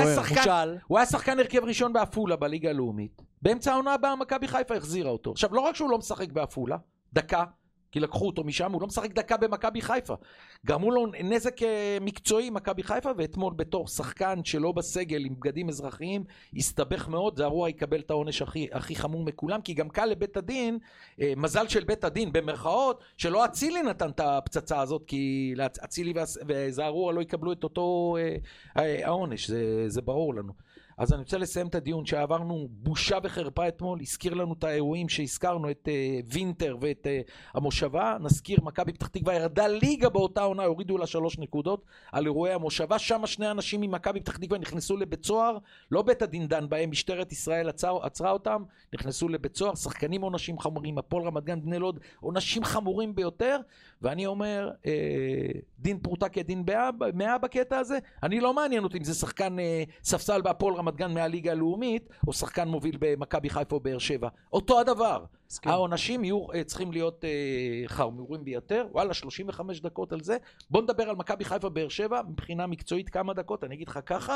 היה שחקן הרכב ראשון באפולה בליגה הלאומית. באמצע העונה הבאה מכבי חיפה החזירה אותו. עכשיו, לא רק שהוא לא משחק באפולה, דקה, כי לקחו אותו משם, הוא לא משחק דקה במכבי חיפה. גרמו לו נזק מקצועי מכבי חיפה, ואתמול בתור שחקן שלא בסגל עם בגדים אזרחיים, הסתבך מאוד, זערורה יקבל את העונש הכי חמור מכולם, כי גם קל לבית הדין, מזל של בית הדין במרכאות, שלא אצילי נתן את הפצצה הזאת, כי אצילי וזערורה לא יקבלו את אותו העונש, זה ברור לנו. אז אני רוצה לסיים את הדיון שעברנו בושה וחרפה אתמול, הזכיר לנו את האירועים שהזכרנו, את וינטר ואת המושבה, נזכיר מכבי פתח תקווה ירדה ליגה באותה עונה, הורידו לה 3 נקודות על אירועי המושבה, שם 2 אנשים ממכבי פתח תקווה נכנסו לבית סוהר, לא בית הדין דן בהם, משטרת ישראל עצרה אותם, נכנסו לבית סוהר, שחקנים עונשים חמורים, הפועל רמת גן, בני לוד, עונשים חמורים ביותר, ואני אומר, דין פרוטה כדין מאה בקטע הזה, אני לא מעניין אותי אם זה שחקן ספסל בהפועל רמת גן מהליגה הלאומית, או שחקן מוביל במכבי חיפה או באר שבע. אותו הדבר. העונשים צריכים להיות חמורים ביותר. וואלה, 35 דקות על זה. בוא נדבר על מכבי חיפה באר שבע, מבחינה מקצועית כמה דקות, אני אגיד לך ככה.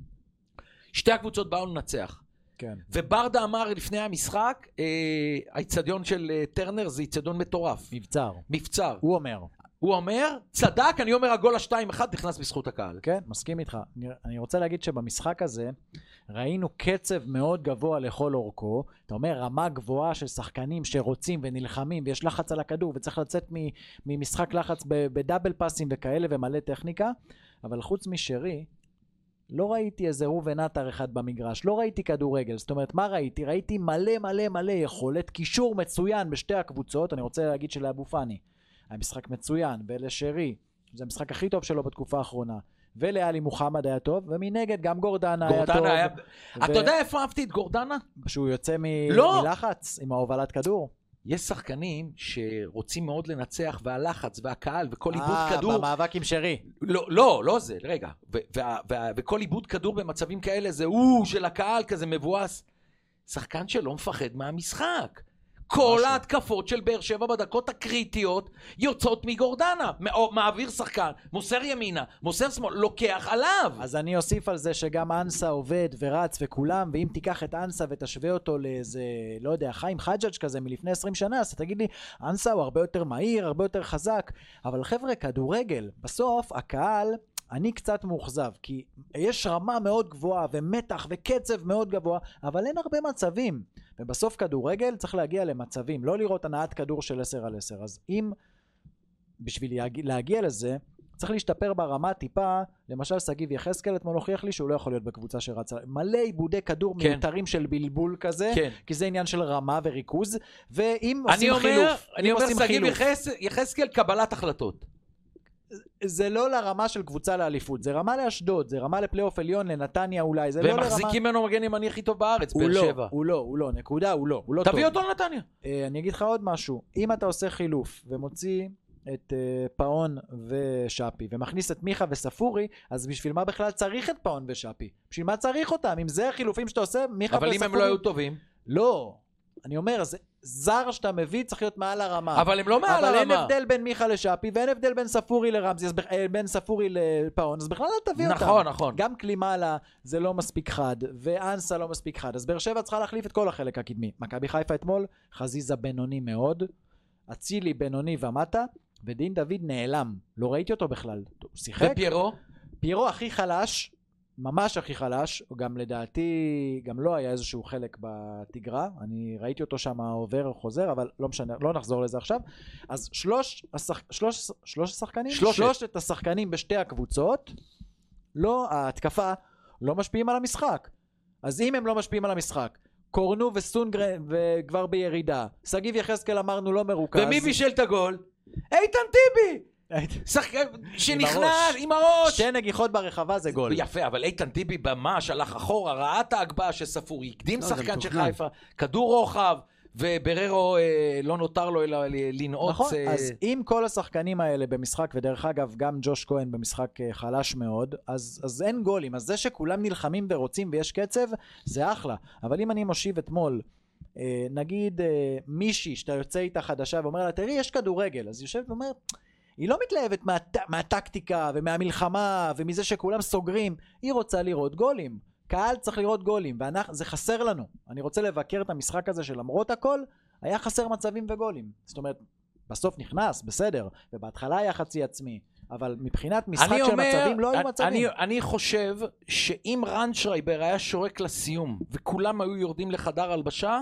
2 הקבוצות באו לנצח. כן. וברדה אמר לפני המשחק, האיצטדיון של טרנר זה איצטדיון מטורף. מבצר. הוא אומר, צדק, אני אומר הגול 2-1 נכנס בזכות הקהל. כן, מסכים איתך. אני רוצה להגיד שבמשחק הזה ראינו קצב מאוד גבוה לכל אורכו. אתה אומר, רמה גבוהה של שחקנים שרוצים ונלחמים ויש לחץ על הכדור וצריך לצאת ממשחק לחץ בדאבל פאסים וכאלה ומלא טכניקה. אבל חוץ משרי, לא ראיתי איזה רובן עטר אחד במגרש, לא ראיתי כדורגל. זאת אומרת, מה ראיתי? ראיתי מלא יכולת, קישור מצוין בשתי הקבוצות. אני רוצה להגיד שלאבו פאני המשחק מצוין, ולשרי, זה המשחק הכי טוב שלו בתקופה האחרונה, ולאלי מוחמד היה טוב, ומנגד גם גורדנה היה טוב. אתה יודע איפה אהבתי את גורדנה? שהוא יוצא מלחץ עם ההובלת כדור. יש שחקנים שרוצים מאוד לנצח, והלחץ והקהל וכל איבוד כדור... במאבק עם שרי. לא זה, רגע. וכל איבוד כדור במצבים כאלה זה של הקהל כזה מבואס. שחקן שלא מפחד מהמשחק. כל ההתקפות של באר שבע בדקות הקריטיות יוצאות מגורדנה, מעביר שחקן, מוסר ימינה, מוסר שמאל, לוקח עליו. אז אני אוסיף על זה שגם אנסה עובד ורץ וכולם, ואם תיקח את אנסה ותשווה אותו לאיזה, לא יודע, חיים חג'אג' כזה מלפני 20 שנה, אז תגיד לי, אנסה הוא הרבה יותר מהיר, הרבה יותר חזק, אבל חבר'ה, כדורגל, בסוף הקהל... אני קצת מאוכזב, כי יש רמה מאוד גבוהה ומתח וקצב מאוד גבוה, אבל אין הרבה מצבים. ובסוף כדורגל צריך להגיע למצבים, לא לראות הנעת כדור של 10-10. אז אם בשביל להגיע לזה, צריך להשתפר ברמה טיפה, למשל סגיב יחזקאל אתמול הוכיח לי שהוא לא יכול להיות בקבוצה שרצה, מלא עיבודי כדור מיותרים של בלבול כזה, כי זה עניין של רמה וריכוז, ואם עושים חילוף. אני אומר סגיב יחזקאל קבלת החלטות. זה לא לרמה של קבוצה לאליפות, זה רמה לאשדוד, זה רמה לפלייאוף עליון, לנתניה אולי, זה לא לרמה... ומחזיקים ממנו מגן ימני הכי טוב בארץ, באר שבע. הוא לא, נקודה, הוא לא טוב. תביא אותו לנתניה. אני אגיד לך עוד משהו, אם אתה עושה חילוף ומוציא את פאון ושאפי, ומכניס את מיכה וספורי, אז בשביל מה בכלל צריך את פאון ושאפי? בשביל מה צריך אותם? אם זה החילופים שאתה עושה, מיכה וספורי... אבל אם הם לא היו טובים? לא. אני אומר, זר שאתה מביא צריך להיות מעל הרמה. אבל הם לא מעל הרמה. אבל אין הבדל בין מיכה לשאפי, ואין הבדל בין ספורי לרמזי, בין ספורי לפאון, אז בכלל לא תביא אותם. נכון. גם קלימאלה זה לא מספיק חד, ואנסה לא מספיק חד, אז באר שבע צריכה להחליף את כל החלק הקדמי. מכבי חיפה אתמול, חזיזה בינוני מאוד, אצילי, בינוני ומטה, ודין דוד נעלם. לא ראיתי אותו בכלל. הוא שיחק. ופיירו? פיירו הכי חלש, ממש הכי חלש, גם לדעתי, גם לא היה איזשהו חלק בתגרה, אני ראיתי אותו שם עובר או חוזר, אבל לא משנה, לא נחזור לזה עכשיו. אז שלושת השחקנים בשתי הקבוצות, לא, ההתקפה לא משפיעים על המשחק. אז אם הם לא משפיעים על המשחק, קורנו וסונגרן וכבר בירידה, סגיב יחזקאל אמרנו לא מרוכז. ומי בישל את הגול? איתן טיבי! שנכנס עם הראש. שתי נגיחות ברחבה זה גול. יפה, אבל איתן טיבי ממש הלך אחורה, ראה את ההגבהה שספור, הקדים שחקן של חיפה, כדור רוחב, ובררו לא נותר לו אלא לנעוץ. נכון, אז אם כל השחקנים האלה במשחק, ודרך אגב גם ג'וש כהן במשחק חלש מאוד, אז אין גולים. אז זה שכולם נלחמים ורוצים ויש קצב, זה אחלה. אבל אם אני מושיב אתמול, נגיד מישהי שאתה יוצא איתה חדשה ואומר לה, תראי יש כדורגל, אז יושב ואומר, היא לא מתלהבת מהטקטיקה ומהמלחמה ומזה שכולם סוגרים, היא רוצה לראות גולים. קהל צריך לראות גולים, וזה חסר לנו. אני רוצה לבקר את המשחק הזה שלמרות הכל, היה חסר מצבים וגולים. זאת אומרת, בסוף נכנס, בסדר, ובהתחלה היה חצי עצמי, אבל מבחינת משחק של מצבים לא היו מצבים. אני חושב שאם רן שרייבר היה שורק לסיום, וכולם היו יורדים לחדר הלבשה,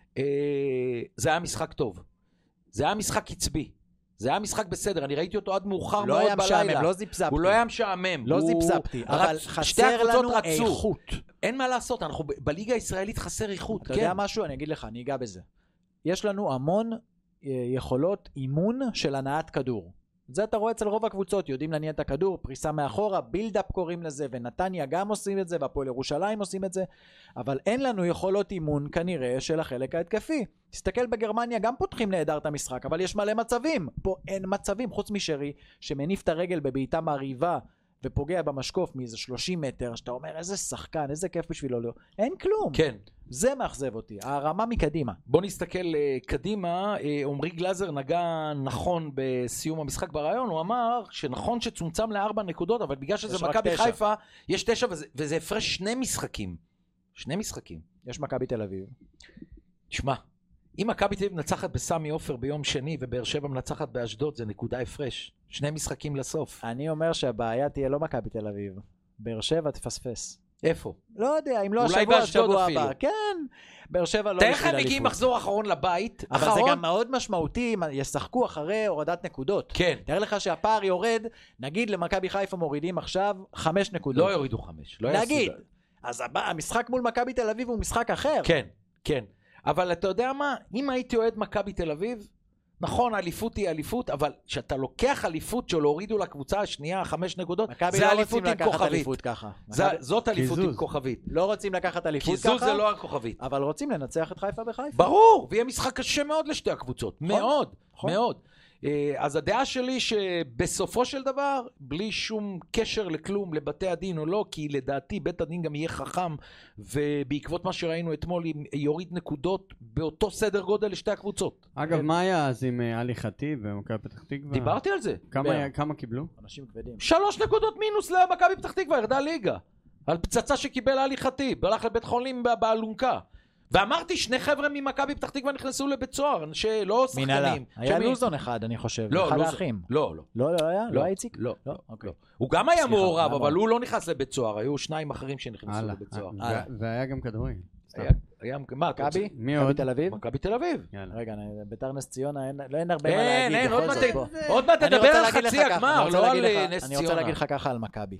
זה היה משחק טוב. זה היה משחק קצבי. זה היה משחק בסדר, אני ראיתי אותו עד מאוחר מאוד בלילה. לא היה משעמם, לא זיפזפתי. הוא לא היה משעמם. לא זיפזפתי, אבל חסר לנו איכות. אין מה לעשות, אנחנו בליגה הישראלית חסר איכות. אתה יודע משהו? אני אגיד לך, אני אגע בזה. יש לנו המון יכולות אימון של הנעת כדור. זה אתה רואה אצל רוב הקבוצות, יודעים להניע את הכדור, פריסה מאחורה, בילדאפ קוראים לזה, ונתניה גם עושים את זה, והפועל ירושלים עושים את זה, אבל אין לנו יכולות אימון כנראה של החלק ההתקפי. תסתכל בגרמניה, גם פותחים נהדר את המשחק, אבל יש מלא מצבים. פה אין מצבים, חוץ משרי, שמניף את הרגל בבעיטה מעריבה, ופוגע במשקוף מאיזה 30 מטר, שאתה אומר איזה שחקן, איזה כיף בשבילו, לא. אין כלום. כן. זה מאכזב אותי, הרמה מקדימה. בוא נסתכל קדימה, עומרי גלזר נגע נכון בסיום המשחק ברעיון, הוא אמר שנכון שצומצם ל4 נקודות, אבל בגלל שזה מכבי חיפה, יש 9 וזה הפרש 2 משחקים. 2 משחקים. יש מכבי תל אביב. תשמע, אם מכבי תל אביב נצחת בסמי עופר ביום שני, ובאר שבע מנצחת באשדוד, זה נקודה הפרש. 2 משחקים לסוף. אני אומר שהבעיה תהיה לא מכבי תל אביב. באר שבע תפספס. איפה? לא יודע, אם לא השבוע, השבוע הבא. כן, באר שבע לא בשביל אליפות. תכף מגיעים מחזור אחרון לבית. אבל זה גם מאוד משמעותי, ישחקו אחרי הורדת נקודות. כן. תאר לך שהפער יורד, נגיד למכבי חיפה מורידים עכשיו 5 נקודות. לא יורידו 5. נגיד. אז המשחק מול מכבי תל אביב הוא משחק אחר. כן, כן. אבל אתה יודע מה? אם הייתי אוהד מכבי תל אביב, נכון, אליפות היא אליפות, אבל כשאתה לוקח אליפות שלא הורידו לקבוצה השנייה 5 נקודות, זה אליפות עם כוכבית. זאת אליפות עם כוכבית. לא רוצים לקחת אליפות ככה. קיזוז זה לא הכוכבית. אבל רוצים לנצח את חיפה בחיפה. ברור, ויהיה משחק קשה מאוד לשתי הקבוצות. מאוד, מאוד. אז הדעה שלי שבסופו של דבר, בלי שום קשר לכלום, לבתי הדין או לא, כי לדעתי בית הדין גם יהיה חכם, ובעקבות מה שראינו אתמול, יוריד נקודות באותו סדר גודל לשתי הקבוצות. אגב, מה היה אז עם עלי חטיב ומכבי פתח תקווה? דיברתי על זה. כמה קיבלו? אנשים כבדים. 3 נקודות מינוס למכבי פתח תקווה, ירדה ליגה. על פצצה שקיבל עלי חטיב, הלך לבית חולים באלונקה. ואמרתי, 2 חבר'ה ממכבי פתח תקווה נכנסו לבית סוהר, שלא שחקנים. היה לוזון אחד, אני חושב. לא, אחד האחים. לא. לא היה? לא היה איציק? לא. הוא גם היה מעורב, אבל הוא לא נכנס לבית סוהר. היו 2 אחרים שנכנסו לבית סוהר. והיה גם כדורגל. מה, מכבי? מי עוד? תל אביב? מכבי תל אביב. רגע, בית"ר נס ציונה, אין הרבה מה להגיד. עוד מעט תדבר על חצי הגמר, לא על נס ציונה. אני רוצה להגיד לך ככה על מכבי.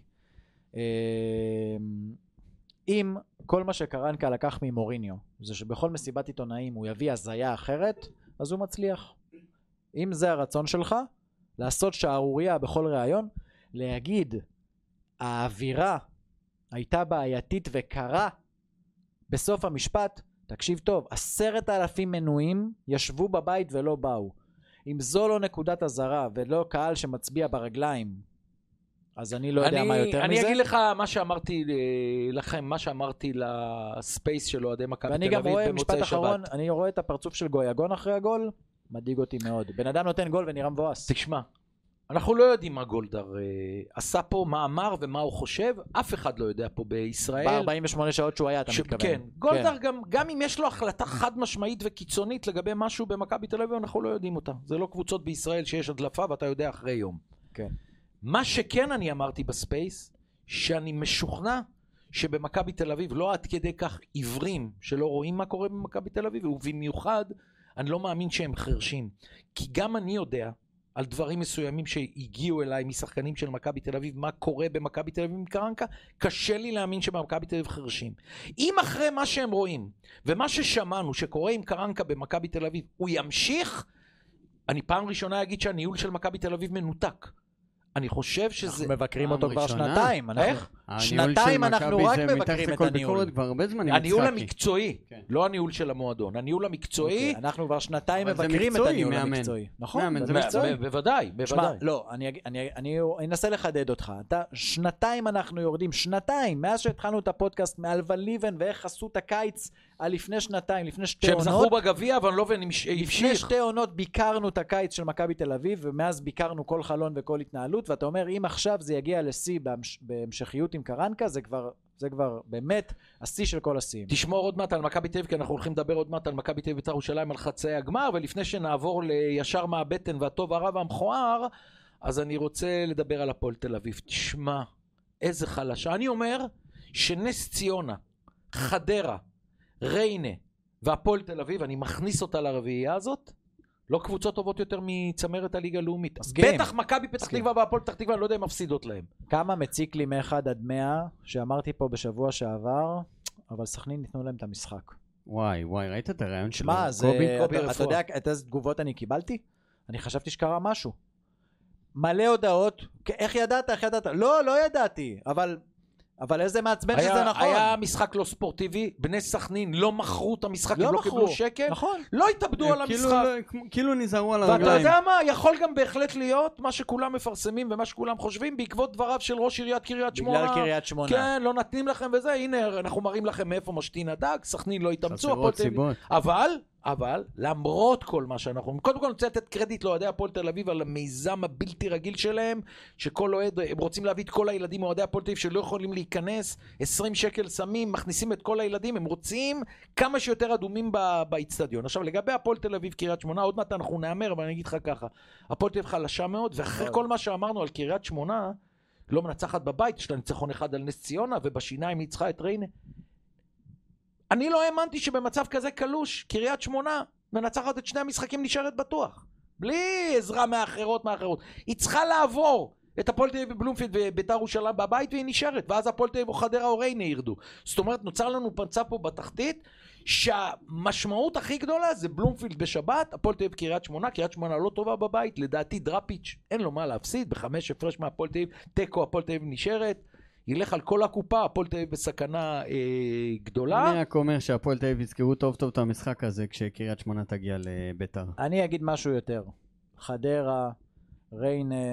אם כל מה שקרנקה לקח ממוריניו, זה שבכל מסיבת עיתונאים הוא יביא הזיה אחרת, אז הוא מצליח. אם זה הרצון שלך, לעשות שערוריה בכל ראיון, להגיד, האווירה הייתה בעייתית וקרה, בסוף המשפט, תקשיב טוב, 10,000 מנויים ישבו בבית ולא באו. אם זו לא נקודת הזרה ולא קהל שמצביע ברגליים, אז אני לא יודע מה יותר מזה. אני אגיד לך מה שאמרתי לכם, מה שאמרתי לספייס של אוהדי מכבי תל אביב במוצאי שבת. ואני גם רואה, משפט אחרון, אני רואה את הפרצוף של גויגון אחרי הגול, מדאיג אותי מאוד. בן אדם נותן גול ונראה מבואס. תשמע, אנחנו לא יודעים מה גולדהר עשה פה, מה אמר ומה הוא חושב, אף אחד לא יודע פה בישראל. ב-48 שעות שהוא היה, אתה מתכוון. כן, גולדהר גם אם יש לו החלטה חד משמעית וקיצונית לגבי משהו במכבי תל אביב, אנחנו לא יודעים אותה. זה לא קבוצות בישראל שיש הדלפה ואתה יודע אחרי יום. כן. מה שכן אני אמרתי בספייס, שאני משוכנע שבמכבי תל אביב לא עד כדי כך עיוורים שלא רואים מה קורה במכבי תל אביב, ובמיוחד אני לא מאמין שהם חרשים. כי גם אני יודע על דברים מסוימים שהגיעו אליי משחקנים של מכבי תל אביב, מה קורה במכבי תל אביב עם קרנקה, קשה לי להאמין שבמכבי תל אביב חרשים. אם אחרי מה שהם רואים, ומה ששמענו שקורה עם קרנקה במכבי תל אביב, הוא ימשיך, אני פעם ראשונה אגיד שהניהול של מכבי תל אביב מנותק. אני חושב שזה... אנחנו מבקרים אותו כבר שנתיים. איך? שנתיים אנחנו רק מבקרים את הניהול. הניהול המקצועי, לא הניהול של המועדון. הניהול המקצועי... אנחנו כבר שנתיים מבקרים את הניהול המקצועי. נכון, זה מקצועי. בוודאי, בוודאי. לא, אני אנסה לחדד אותך. שנתיים אנחנו יורדים, שנתיים, מאז שהתחלנו את הפודקאסט מעל וליבן ואיך עשו את הקיץ על לפני שנתיים, לפני שתי עונות. שהם זכו בגביע, אבל לא לפני שתי עונות ביקרנו את הקיץ של מכבי תל אביב, ומאז ביקרנו כל חלון וכל התנהלות, ואתה אומר, אם עכשיו זה יגיע לשיא בהמשכיות עם קרנקה, זה כבר באמת השיא של כל השיאים. תשמור עוד מעט על מכבי תל אביב, כי אנחנו הולכים לדבר עוד מעט על מכבי תל אביב בית"ר ירושלים, על חצאי הגמר, ולפני שנעבור לישר מהבטן והטוב הרע והמכוער, אז אני רוצה לדבר על הפועל תל אביב. תשמע, איזה חלשה. אני אומר שנס ציונה, חדרה, ריינה והפועל תל אביב, אני מכניס אותה לרביעייה הזאת, לא קבוצות טובות יותר מצמרת הליגה הלאומית. בטח מכבי פתח תקווה והפועל פתח תקווה, אני לא יודע אם מפסידות להם. כמה מציק לי מ-1 עד 100, שאמרתי פה בשבוע שעבר, אבל סכנין ניתנו להם את המשחק. וואי, ראית את הרעיון שלו? מה, אתה יודע את איזה תגובות אני קיבלתי? אני חשבתי שקרה משהו. מלא הודעות, איך ידעת? לא ידעתי, אבל איזה מעצבן שזה נכון. היה משחק לא ספורטיבי, בני סכנין לא מכרו את המשחק, הם לא קיבלו שקל, לא התאבדו על המשחק. כאילו נזהרו על הרגליים. ואתה יודע מה, יכול גם בהחלט להיות מה שכולם מפרסמים ומה שכולם חושבים, בעקבות דבריו של ראש עיריית קריית שמונה. בגלל קריית שמונה. כן, לא נתנים לכם וזה, הנה, אנחנו מראים לכם מאיפה משתין הדג, סכנין לא התאמצו. חסרות סיבות. אבל למרות כל מה שאנחנו, קודם כל אני רוצה לתת קרדיט לאוהדי הפועל תל אביב על המיזם הבלתי רגיל שלהם, שכל אוהד, הם רוצים להביא את כל הילדים מאוהדי הפועל תל אביב שלא יכולים להיכנס, 20 שקל שמים, מכניסים את כל הילדים, הם רוצים כמה שיותר אדומים באצטדיון. עכשיו לגבי הפועל תל אביב קריית שמונה, עוד מעט אנחנו נאמר, אבל אני אגיד לך ככה, הפועל תל אביב חלשה מאוד, ואחרי כל מה שאמרנו על קריית שמונה, לא מנצחת בבית, יש לה ניצחון אחד על נס ציונה, ובשיניים ניצחה את ריינה. אני לא האמנתי שבמצב כזה קלוש, קריית שמונה מנצחת את שני המשחקים נשארת בטוח. בלי עזרה מאחרות. היא צריכה לעבור את הפועל תל אביב בבלומפילד ובית"ר ירושלים בבית והיא נשארת. ואז הפועל תל אביב או חדרה או ריינה ירדו. זאת אומרת, נוצר לנו פנצה פה בתחתית, שהמשמעות הכי גדולה זה בלומפילד בשבת, הפועל תל אביב קריית שמונה לא טובה בבית, לדעתי דראפיץ' אין לו מה להפסיד, ב5 הפרש מהפועל תל אביב, תיקו הפועל תל אביב נשארת. ילך על כל הקופה, הפועל תל אביב בסכנה גדולה. אני רק אומר שהפועל תל אביב יזכרו טוב את המשחק הזה כשקריית שמונה תגיע לביתר. אני אגיד משהו יותר. חדרה, ריינה,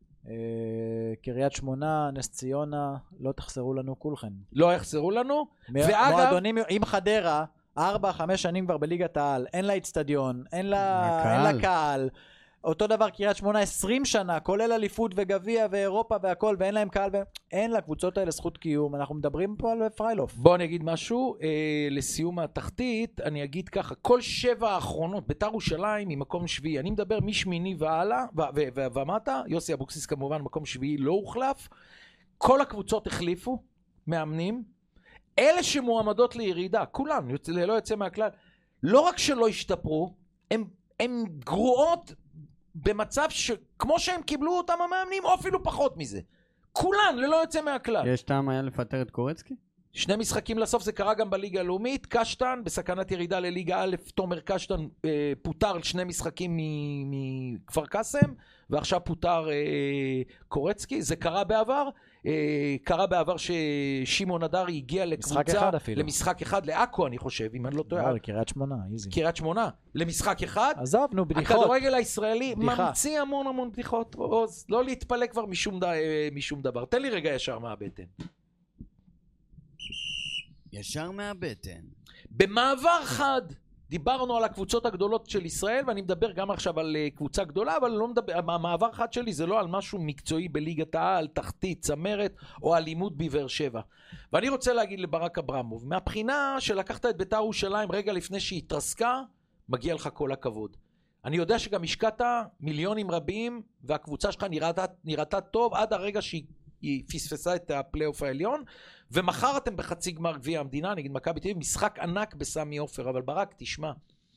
קריית שמונה, נס ציונה, לא תחסרו לנו כולכם. לא יחסרו לנו. ואגב, מועדונים עם חדרה, 4-5 שנים כבר בליגת העל, אין לה אצטדיון, אין לה קהל. אותו דבר קריית שמונה 20 שנה, כולל אליפות וגביע ואירופה והכל, ואין להם קהל, אין לקבוצות האלה זכות קיום. אנחנו מדברים פה על פריילוף. בוא אני אגיד משהו, לסיום התחתית, אני אגיד ככה, כל 7 האחרונות, בית"ר ירושלים היא מקום שביעי, אני מדבר משמיני והלאה, ומטה, יוסי אבוקסיס כמובן, מקום שביעי לא הוחלף, כל הקבוצות החליפו, מאמנים, אלה שמועמדות לירידה, כולן, לא יוצא מהכלל, לא רק שלא השתפרו, הם גרועות, במצב שכמו שהם קיבלו אותם המאמנים, או אפילו פחות מזה. כולן, ללא יוצא מהכלל. יש טעם היה לפטר את קורצקי? 2 משחקים לסוף, זה קרה גם בליגה הלאומית. קשטן, בסכנת ירידה לליגה א', תומר קשטן פוטר על 2 משחקים מכפר קאסם, ועכשיו פוטר קורצקי. זה קרה בעבר. קרה בעבר ששימון הדרי הגיע לקבוצה, למשחק אחד, לאקו אני חושב, אם אני לא טועה. לא, קריית שמונה, איזי. קריית שמונה, למשחק אחד. עזבנו, בדיחות. הכדורגל הישראלי ממציא המון בדיחות, עוז, לא להתפלא כבר משום דבר. תן לי רגע ישר מהבטן. ישר מהבטן. במעבר חד, דיברנו על הקבוצות הגדולות של ישראל, ואני מדבר גם עכשיו על קבוצה גדולה, אבל לא מדבר, המעבר חד שלי זה לא על משהו מקצועי בליגת העל, תחתית, צמרת, או אלימות בבאר שבע. ואני רוצה להגיד לברק אברמוב, מהבחינה שלקחת את בית"ר ירושלים רגע לפני שהיא התרסקה, מגיע לך כל הכבוד. אני יודע שגם השקעת מיליונים רבים, והקבוצה שלך נראתה טוב עד הרגע שהיא פספסה את הפלייאוף העליון, ומחר אתם בחצי גמר גביע המדינה נגד מכבי תל אביב, משחק ענק בסמי עופר. אבל ברק, תשמע,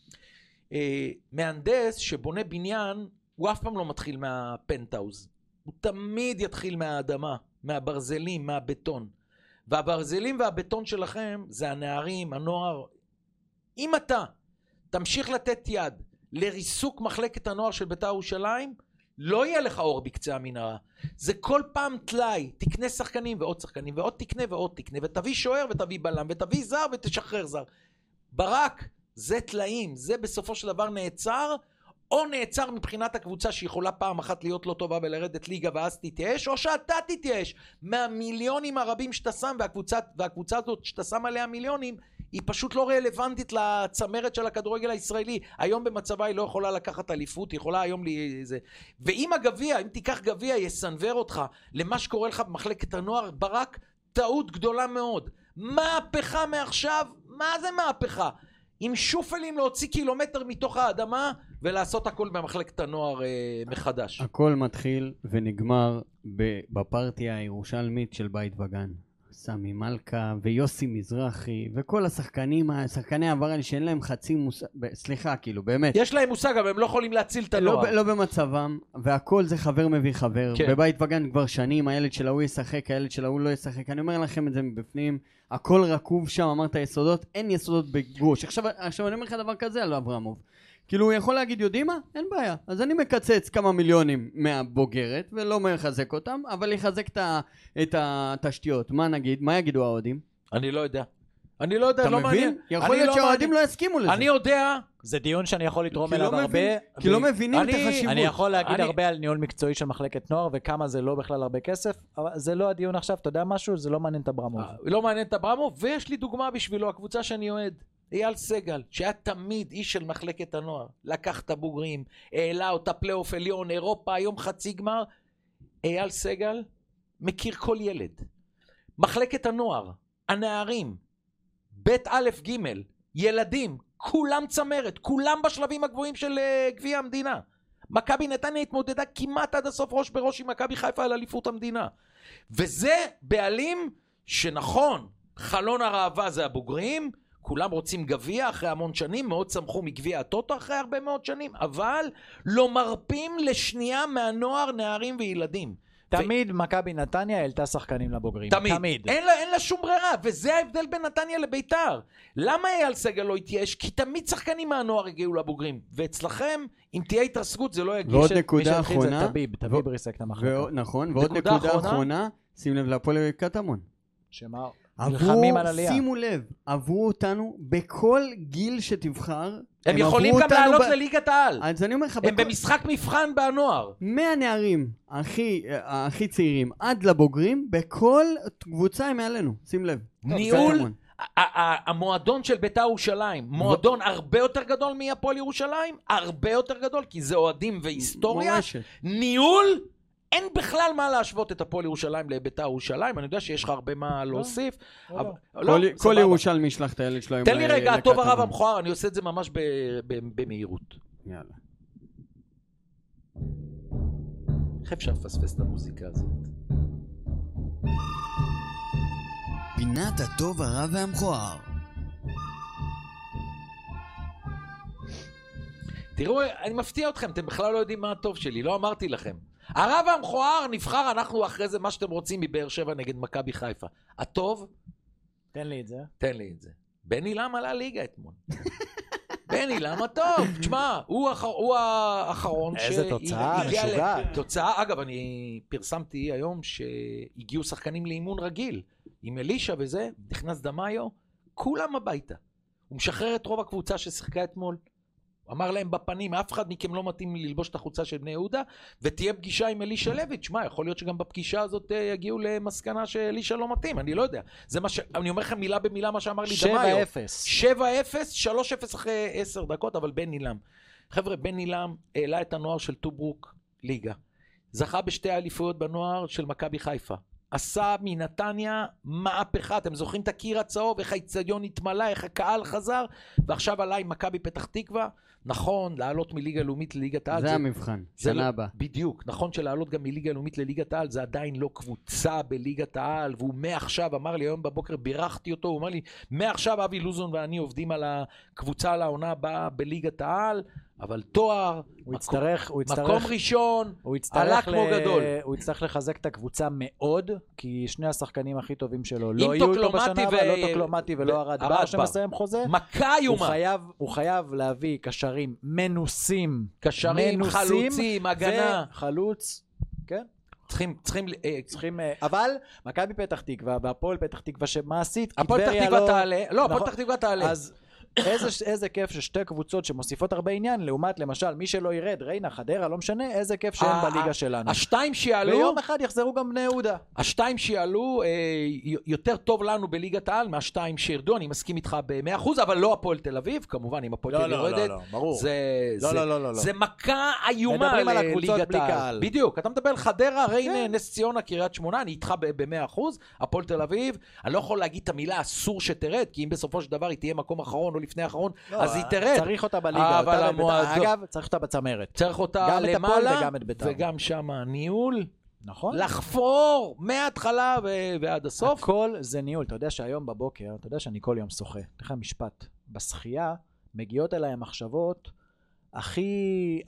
מהנדס שבונה בניין, הוא אף פעם לא מתחיל מהפנטאוז, הוא תמיד יתחיל מהאדמה, מהברזלים, מהבטון. והברזלים והבטון שלכם זה הנערים, הנוער. אם אתה תמשיך לתת יד לריסוק מחלקת הנוער של בית"ר ירושלים, לא יהיה לך אור בקצה המנהרה. זה כל פעם תלאי, תקנה שחקנים ועוד שחקנים, ועוד תקנה ועוד תקנה, ותביא שוער ותביא בלם, ותביא זר ותשחרר זר. ברק, זה תלאים, זה בסופו של דבר נעצר, או נעצר מבחינת הקבוצה שיכולה פעם אחת להיות לא טובה ולרדת ליגה ואז תתייאש, או שאתה תתייאש מהמיליונים הרבים שאתה שם, והקבוצה הזאת שאתה שם עליה מיליונים, היא פשוט לא רלוונטית לצמרת של הכדורגל הישראלי. היום במצבה היא לא יכולה לקחת אליפות, היא יכולה היום לזה. ואם הגביע, אם תיקח גביע, יסנבר אותך למה שקורה לך במחלקת הנוער, ברק, טעות גדולה מאוד. מהפכה מעכשיו? מה זה מהפכה? עם שופלים להוציא קילומטר מתוך האדמה ולעשות הכל במחלקת הנוער מחדש. הכל מתחיל ונגמר בפרטיה הירושלמית של בית וגן. סמי מלכה ויוסי מזרחי וכל שחקני העבר שאין להם חצי מושג, סליחה, כאילו באמת יש להם מושג אבל הם לא יכולים להציל את הנוער, לא במצבם, והכל זה חבר מביא חבר. כן. בבית וגן כבר שנים הילד של ההוא ישחק, הילד של ההוא לא ישחק. אני אומר לכם את זה מבפנים, הכל רקוב שם. אמרת יסודות, אין יסודות בגוש. עכשיו אני אומר לך דבר כזה על אברמוב, כאילו הוא יכול להגיד, יודעים מה? אין בעיה. אז אני מקצץ כמה מיליונים מהבוגרת, ולא מחזק אותם, אבל יחזק את התשתיות. מה נגיד? מה יגידו האוהדים? אני לא יודע. לא מעניין. יכול להיות שהאוהדים לא יסכימו לזה. אני יודע. זה דיון שאני יכול לתרום אליו הרבה. כי לא מבינים את החשיבות. אני יכול להגיד הרבה על ניהול מקצועי של מחלקת נוער, וכמה זה לא בכלל הרבה כסף, אבל זה לא הדיון עכשיו. אתה יודע משהו? זה לא מעניין את אברמוב. לא מעניין את אברמוב, ויש לי דוגמה בשבילו, הקבוצה שאני אוהד. אייל סגל, שהיה תמיד איש של מחלקת הנוער, לקח את הבוגרים, העלה אותה פלייאוף עליון, אירופה, היום חצי גמר. אייל סגל מכיר כל ילד. מחלקת הנוער, הנערים, בית א' ג', ילדים, כולם צמרת, כולם בשלבים הגבוהים של גביע המדינה. מכבי נתניה התמודדה כמעט עד הסוף ראש בראש עם מכבי חיפה על אליפות המדינה. וזה בעלים שנכון, חלון הראווה זה הבוגרים, כולם רוצים גביע אחרי המון שנים, מאוד צמחו מגביע הטוטו אחרי הרבה מאוד שנים, אבל לא מרפים לשנייה מהנוער, נערים וילדים. תמיד מכבי נתניה העלתה שחקנים לבוגרים. תמיד. אין לה שום ברירה, וזה ההבדל בין נתניה לביתר. למה אייל סגל לא התייאש? כי תמיד שחקנים מהנוער הגיעו לבוגרים, ואצלכם, אם תהיה התרסקות, זה לא יגיע. ועוד נקודה אחרונה. תביב ריסק את המחלקה. נכון, ועוד נקודה אחרונה, שים לב להפועל קטמון. שמה? נלחמים על עלייה. שימו לב, עברו אותנו בכל גיל שתבחר. הם יכולים גם לעלות לליגת העל. אז אני אומר לך, הם במשחק מבחן בנוער. מהנערים הכי צעירים עד לבוגרים, בכל קבוצה הם מעלינו. שים לב. ניהול, המועדון של בית"ר ירושלים, מועדון הרבה יותר גדול מהפועל ירושלים, הרבה יותר גדול, כי זה אוהדים והיסטוריה. ניהול, אין בכלל מה להשוות את הפועל ירושלים לבית"ר ירושלים. אני יודע שיש לך הרבה מה להוסיף. כל ירושלמי ישלח את הילד שלו. תן לי רגע, הטוב הרב המכוער, אני עושה את זה ממש במהירות. יאללה. איך אפשר לפספס את המוזיקה הזאת? פינת הטוב הרב והמכוער. תראו, אני מפתיע אתכם, אתם בכלל לא יודעים מה הטוב שלי, לא אמרתי לכם. הרב המכוער נבחר, אנחנו אחרי זה מה שאתם רוצים מבאר שבע נגד מכבי חיפה. הטוב? תן לי את זה. תן לי את זה. בני למה עלה ליגה אתמול? בני למה טוב? תשמע, הוא האחרון איזה תוצאה, משוגעת. תוצאה, אגב, אני פרסמתי היום שהגיעו שחקנים לאימון רגיל. עם אלישה וזה, נכנס דמיו, כולם הביתה. הוא משחרר את רוב הקבוצה ששיחקה אתמול. אמר להם בפנים, אף אחד מכם לא מתאים ללבוש את החולצה של בני יהודה, ותהיה פגישה עם אלישע לוי. תשמע, יכול להיות שגם בפגישה הזאת יגיעו למסקנה שאלישע לא מתאים, אני לא יודע. זה מה אני אומר לכם מילה במילה מה שאמר לי דמאיו. 7-0, 3-0 אחרי 10 דקות, אבל בן אילם. חבר'ה, בן אילם העלה את הנוער של טוברוק ליגה. זכה בשתי האליפויות בנוער של מכבי חיפה. עשה מנתניה מהפכה, אתם זוכרים את הקיר הצהוב, איך האצטדיון התמלא, איך הקהל חזר, ועכשיו עליי מכבי פתח תקווה, נכון, לעלות מליגה לאומית לליגת העל. זה המבחן, שנה הבאה. בדיוק, נכון שלעלות גם מליגה לאומית לליגת העל, זה עדיין לא קבוצה בליגת העל, והוא מעכשיו, אמר לי היום בבוקר, בירכתי אותו, הוא אמר לי, מעכשיו אבי לוזון ואני עובדים על הקבוצה לעונה הבאה בליגת העל, אבל תואר, מקום ראשון, עלה כמו גדול. הוא יצטרך לחזק את הקבוצה מאוד, כי שני השחקנים הכי טובים שלו לא יהיו איתו בשנה הבאה, לא טוקלומטי ולא ארד בר שמסיים חוזה. מכה איומה. הוא חייב להביא קשרים מנוסים. קשרים, חלוצים, הגנה. חלוץ, כן. צריכים, אבל מכבי פתח תקווה והפועל פתח תקווה שמעשית, הפועל פתח תקווה תעלה, לא, הפועל פתח תקווה תעלה. אז איזה כיף ששתי קבוצות שמוסיפות הרבה עניין, לעומת למשל מי שלא ירד, ריינה, חדרה, לא משנה, איזה כיף שהם בליגה שלנו. השתיים שיעלו, ויום אחד יחזרו גם בני יהודה. השתיים שיעלו יותר טוב לנו בליגת העל מהשתיים שירדו, אני מסכים איתך ב100%, אבל לא הפועל תל אביב, כמובן אם הפועל תל אביב יורדת, זה מכה איומה לליגת העל. בדיוק, אתה מדבר על חדרה, ריינה, נס ציונה, קריית שמונה, אני איתך ב100%, הפועל תל אביב, אני לא יכול להגיד את המילה אסור שתרד, כי אם בסופו של דבר היא תהיה מקום אחרון לפני האחרון, אז היא תרד. צריך אותה בליגה, אגב, צריך אותה בצמרת. צריך אותה למעלה, וגם שם ניהול. נכון. לחפור מההתחלה ועד הסוף. הכל זה ניהול. אתה יודע שהיום בבוקר, אתה יודע שאני כל יום שוחה. תכף משפט. בשחייה מגיעות אליי המחשבות הכי...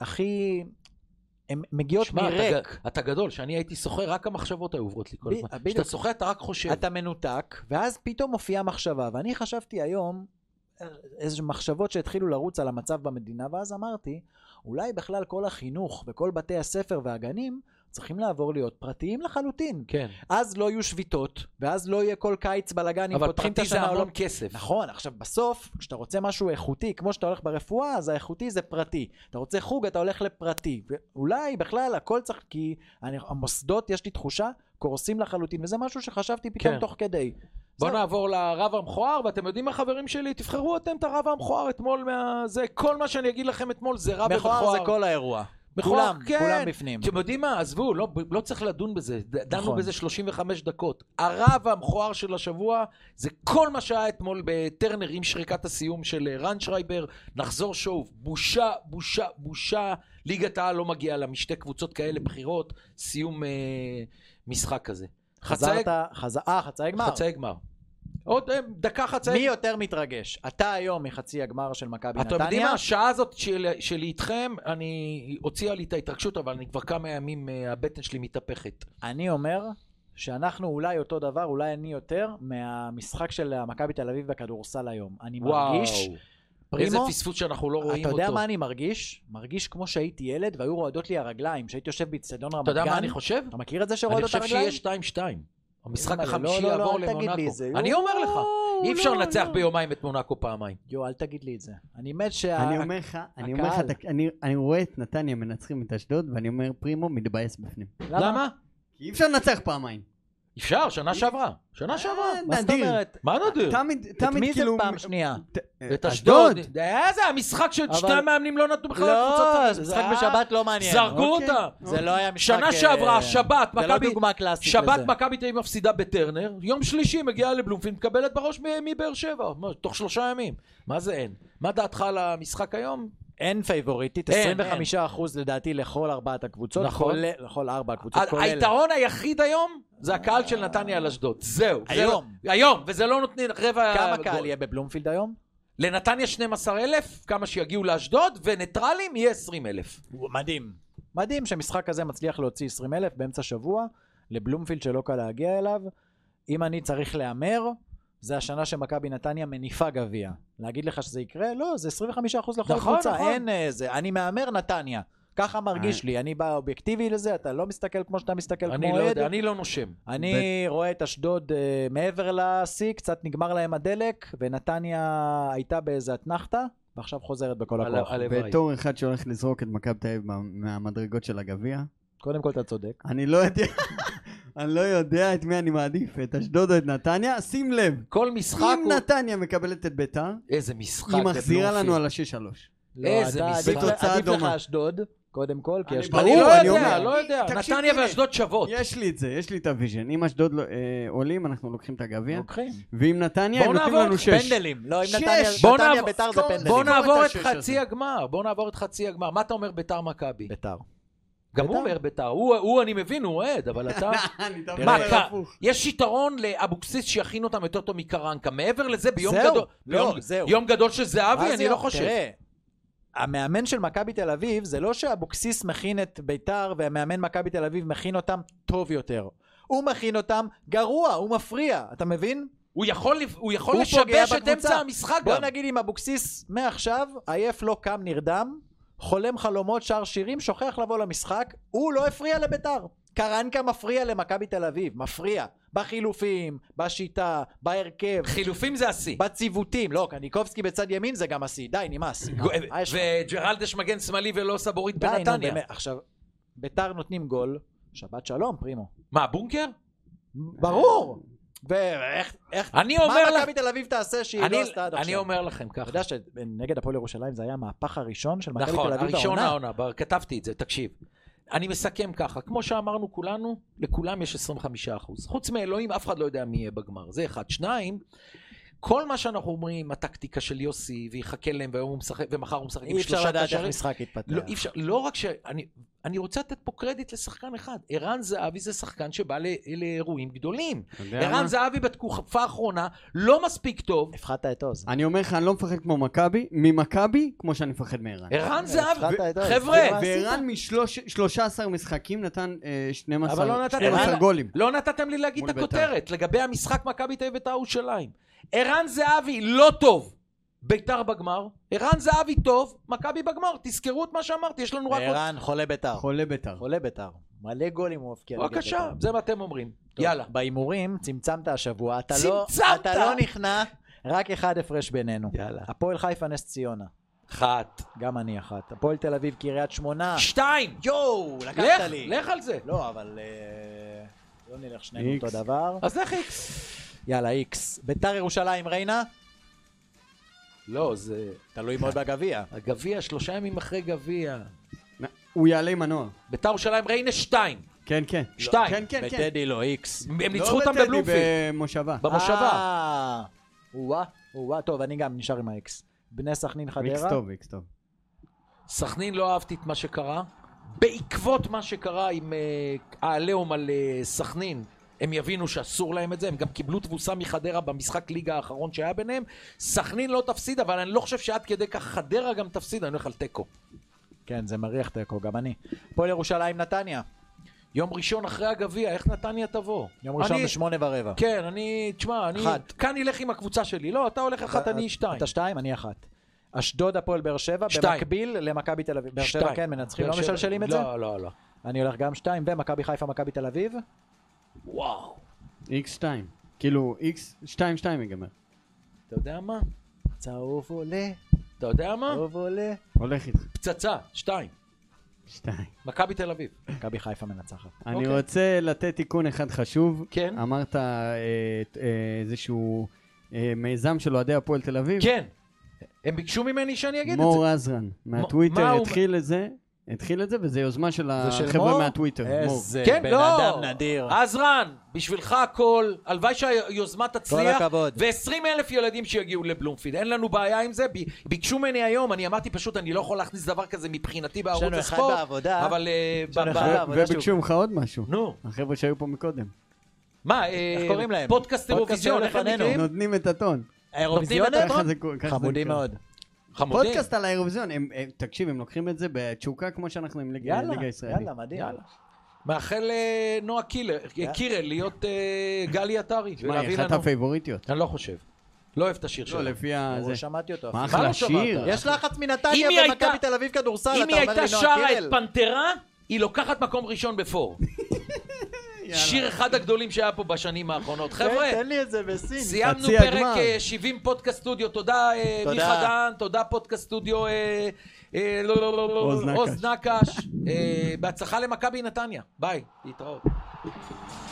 הן מגיעות מרק. אתה גדול, שאני הייתי שוחה, רק המחשבות היו עוברות לי כל הזמן. כשאתה שוחה, אתה רק חושב. אתה מנותק, ואז פתאום מופיעה מחשבה, ואני חשבתי היום איזה מחשבות שהתחילו לרוץ על המצב במדינה, ואז אמרתי, אולי בכלל כל החינוך וכל בתי הספר והגנים צריכים לעבור להיות פרטיים לחלוטין. כן. אז לא יהיו שביתות, ואז לא יהיה כל קיץ בלגן, אבל פרטי זה המון כסף. נכון, עכשיו בסוף, כשאתה רוצה משהו איכותי, כמו שאתה הולך ברפואה, אז האיכותי זה פרטי. אתה רוצה חוג, אתה הולך לפרטי. ואולי בכלל הכל צריך, כי המוסדות, יש לי תחושה, קורסים לחלוטין, וזה משהו שחשבתי פתאום תוך כדי. בוא נעבור לרב המכוער, ואתם יודעים מה חברים שלי, תבחרו אתם את הרב המכוער אתמול זה, כל מה שאני אגיד לכם אתמול זה רב המכוער. מכוער זה כל האירוע. כולם בפנים. אתם יודעים מה, עזבו, לא צריך לדון בזה, דנו בזה 35 דקות. הרב המכוער של השבוע זה כל מה שהיה אתמול בטרנר עם שריקת הסיום של רן שרייבר. נחזור שוב, בושה, בושה, בושה, ליגת העל לא מגיעה לה משתי קבוצות כאלה בחירות, סיום משחק כזה. חצאי גמר. חצאי גמר. עוד דקה חצאי. מי יותר מתרגש? אתה היום מחצי הגמר של מכבי נתניה. אתם יודעים מה? השעה הזאת שלי איתכם, אני הוציאה לי את ההתרגשות, אבל אני כבר כמה ימים, הבטן שלי מתהפכת. אני אומר שאנחנו אולי אותו דבר, אולי אני יותר, מהמשחק של מכבי תל אביב בכדורסל היום. אני מרגיש... איזה פספוס שאנחנו לא רואים אותו. אתה יודע מה אני מרגיש? מרגיש כמו שהייתי ילד והיו רועדות לי הרגליים, שהייתי יושב באצטדיון רמת גן. אתה יודע מה אני חושב? אתה מכיר את זה שרועדות הרגליים? אני חושב שיהיה 2-2. המשחק החמישי יעבור למונקו. אני אומר לך, אי אפשר לנצח ביומיים את מונקו פעמיים. אל תגיד לי את זה. אני אומר לך, אני רואה את נתניה מנצחים את אשדוד, ואני אומר פרימו מתבאס בפנים. למה? כי אי אפשר לנצח פעמיים. אפשר, שנה שעברה. מה זאת אומרת? מה נדיר? את מי זה פעם שנייה? את אשדוד. זה המשחק של שתי המאמנים לא נתנו בכלל. לא, זה משחק בשבת לא מעניין. זרגו אותה. זה לא היה משחק... שנה שעברה, שבת, זה לא דוגמה קלאסית לזה. שבת מכבי תל אביב מפסידה בטרנר, יום שלישי מגיעה לבלומפילד, מקבלת בראש מבאר שבע, תוך 3 ימים. מה זה אין? מה דעתך על המשחק היום? אין פייבוריטית, 25% לדעתי לכל 4 הקבוצות, לכל 4 הקבוצות, כולל... היתרון היחיד היום זה הקהל של נתניה על אשדוד, זהו. היום, וזה לא נותנים רבע... כמה קהל יהיה בבלומפילד היום? לנתניה 12,000, כמה שיגיעו לאשדוד, וניטרלים יהיה 20,000. מדהים. מדהים שמשחק הזה מצליח להוציא 20,000 באמצע שבוע, לבלומפילד שלא קל להגיע אליו. אם אני צריך לאמר... זה השנה שמכבי נתניה מניפה גביע. להגיד לך שזה יקרה? לא, זה 25% לכל קבוצה. אין זה. אני מאמר נתניה. ככה מרגיש לי. אני בא אובייקטיבי לזה, אתה לא מסתכל כמו שאתה מסתכל כמו עד. אני לא נושם. אני רואה את אשדוד מעבר לשיא, קצת נגמר להם הדלק, ונתניה הייתה באיזה התנחתה, ועכשיו חוזרת בכל הכוח. הלוואי. בתור אחד שהולך לזרוק את מכבי תל אביב מהמדרגות של הגביע, קודם כל אתה צודק. אני לא יודע את מי אני מעדיף, את אשדוד או את נתניה. שים לב, כל משחק אם נתניה מקבלת את ביתר, איזה משחק. היא מחזירה בבלומפילד. לנו על ה-6-3. איזה לא, משחק. בתוצאה עדיף לך דומה. אשדוד, קודם כל, כי אני יש... ברור, אני אני לא אומר. יודע, לא יודע. תקשיב, נתניה הנה. ואשדוד שוות. יש לי את זה, יש לי את הוויז'ן. אם אשדוד עולים, אנחנו לוקחים את הגביע. לוקחים. ואם נתניה, הם בואו נותנים נעבור לנו 6. פנדלים. לא, אם שש. נתניה ביתר זה פנדלים. בוא נעבור את השש חצי הזה. הגמר. בוא נעבור את חצי הגמר. מה אתה אומר ביתר מכבי? ביתר. גם הוא ביתר. אומר ביתר. הוא אני מבין, הוא אוהד, אבל אתה... אני תמיד מה, אומר הפוך. יש יתרון לאבוקסיס שיכין אותם יותר טוב מקרנקה. מעבר לזה, ביום זהו. גדול... לא, ביום- זהו. יום גדול של זהבי, אני לא חושב. תראה, המאמן של מכבי תל אביב, זה לא שאבוקסיס מכין את ביתר, והמאמן מכבי תל אביב מכין אותם טוב יותר. הוא מכין אותם גרוע, הוא מפריע, אתה מבין? הוא יכול הוא לשבש פוגע את בקבוצה. אמצע המשחק בוא גם. נגיד אם אבוקסיס מעכשיו, עייף לא קם נרדם, חולם חלומות, שר שירים, שוכח לבוא למשחק, הוא לא הפריע לביתר. קרנקה מפריע למכבי תל אביב, מפריע. בחילופים, בשיטה, בהרכב, חילופים זה השיא. בציוותים. לא, קניקובסקי בצד ימין זה גם השיא. די, נמאס. מה יש לך? וג'רלדש מגן שמאלי ולא סבורית די, נו, בנתניה. באמת. עכשיו, ביתר נותנים גול, שבת שלום, פרימו. מה, בונקר? ברור. ואיך, אני מה אומר לך, מכבי תל אביב תעשה שהיא לא עשתה עד עכשיו? אני אומר לכם אתה ככה. יודע שנגד הפועל ירושלים זה היה המהפך הראשון של מכבי נכון, תל אביב הראשון בעונה. העונה, כתבתי את זה, תקשיב. אני מסכם ככה, כמו שאמרנו כולנו, לכולם יש 25%. חוץ מאלוהים, אף אחד לא יודע מי יהיה בגמר. זה אחד. שניים, כל מה שאנחנו אומרים, הטקטיקה של יוסי, ויחכה להם, והיום הוא משחק, ומחר הוא משחק עם אי אפשר שלושה לדעת איך קשרים. משחק יתפתח. לא, אי אפשר, לא רק אני רוצה לתת פה קרדיט לשחקן אחד. ערן זהבי זה שחקן שבא לאירועים גדולים. ערן זהבי בתקופה האחרונה לא מספיק טוב. הפחדת את עוז. אני אומר לך, אני לא מפחד כמו מכבי, ממכבי, כמו שאני מפחד מערן. ערן זהבי, הפחדת את עוז. חבר'ה, וערן מ-13 משחקים נתן אבל לא נתתם 12 גולים. לא נתתם לי להגיד מול את הכותרת לגבי המשחק מכבי תל אביב ובית"ר ירושלים. ערן זהבי לא טוב, בית"ר בגמר. ערן זהבי טוב, מכבי בגמר. תזכרו את מה שאמרתי, יש לנו רק עוד... ערן חולה ביתר. חולה ביתר. חולה ביתר. מלא גולים הוא מבקיע. נגד בבקשה, ביתר. זה מה אתם אומרים. טוב, יאללה. בהימורים צמצמת השבוע. צמצמת? אתה לא נכנע, רק אחד הפרש בינינו. יאללה. הפועל חיפה נס ציונה. 1. גם אני 1. הפועל תל אביב קריית שמונה. 2. יואו, לקחת לי. לך על זה. לא, אבל לא נלך שנינו איקס. אותו דבר. אז לך איקס. יאללה, איקס. ביתר ירושלים ריינה? לא, זה... תלוי מאוד בגביע. הגביע, 3 ימים אחרי גביע. הוא יעלה עם הנוער. בית"ר ירושלים ריינה 2. כן, כן. 2. כן, כן, כן. בטדי לא, איקס. הם ניצחו אותם בבלומפילד. במושבה. במושבה. וואה, טוב, אני גם נשאר עם האיקס. בני סכנין איקס חדרה. טוב, איקס טוב. סכנין לא אהבתי את מה שקרה. בעקבות מה שקרה עם העליהום על סכנין, הם יבינו שאסור להם את זה. הם גם קיבלו תבוסה מחדרה במשחק ליגה האחרון שהיה ביניהם. סכנין לא תפסיד, אבל אני לא חושב שעד כדי כך חדרה גם תפסיד. אני הולך על תיקו. כן, זה מריח תיקו, גם אני. הפועל ירושלים נתניה. יום ראשון אחרי הגביע, איך נתניה תבוא? יום ראשון ב8:15. כן, תשמע, כאן ילך עם הקבוצה שלי. לא, אתה הולך 1, אני 2. אתה 2, אני 1. אשדוד הפועל באר שבע, 2. במקביל למכבי תל אביב. באר שבע כן מנצחים, לא באר שבע. משלשלים את זה? לא. אני הולך גם 2, ומכבי חיפה, מכבי תל אביב. וואו. איקס 2. כאילו, איקס 2-2 ייגמר. אתה יודע מה? צהוב עולה, אתה יודע מה? צהוב עולה. הולך איתך. פצצה, 2. 2. מכבי תל אביב. מכבי חיפה מנצחת. אני אוקיי. רוצה לתת תיקון אחד חשוב. כן. אמרת איזשהו מיזם של אוהדי הפועל תל אביב. כן. הם ביקשו ממני שאני אגיד את זה. מור עזרן מה מהטוויטר הוא- התחיל את זה, וזה יוזמה של של החבר'ה מור? מהטוויטר. מור. איזה כן, בן לא. אדם נדיר. עזרן, בשבילך הכל, הלוואי שהיוזמה תצליח. כל הכבוד. ו20,000 ילדים שיגיעו לבלומפילד. אין לנו בעיה עם זה. ביקשו ממני היום, אני אמרתי פשוט, אני לא יכול להכניס דבר כזה מבחינתי בערוץ יש לנו אחד הספורט. בעבודה. אבל... יש לנו אחד בעבודה. וביקשו ממך עוד משהו. נו, החבר'ה שהיו פה מקודם. מה, איך קוראים להם? פודקאסט אירוויזיון, איך הם לפנינו. נקראים? נותנים את הטון. האירוויזיון נותנים את ככה זה- ככה זה חמודים נקרא. מאוד. חמודים. פודקאסט על האירוויזיון, תקשיב, הם לוקחים את זה בתשוקה כמו שאנחנו עם ליגה ישראלית. יאללה, מדהים. יאללה. מאחל נועה קירל להיות גלי עטרי. מה, היא אחת הפייבוריטיות. אני לא חושב. לא אוהב את השיר לא, שלה. לפי לא זה. שמעתי אותו. מה אפילו. לא אחלה שיר. שמעת? יש לחץ אם מנתניה היא הייתה- ומכבי תל אביב כדורסל, אם אתה היא אומר לי הייתה נועה שרה את קירל? פנתרה, היא לוקחת מקום ראשון בפור. שיר אחד הגדולים שהיה פה בשנים האחרונות. חבר'ה, תן לי את זה בסין. סיימנו פרק 70 פודקאסט סטודיו. תודה מיכה דן, תודה פודקאסט סטודיו עוז נקש. בהצלחה למכבי נתניה. ביי, להתראות.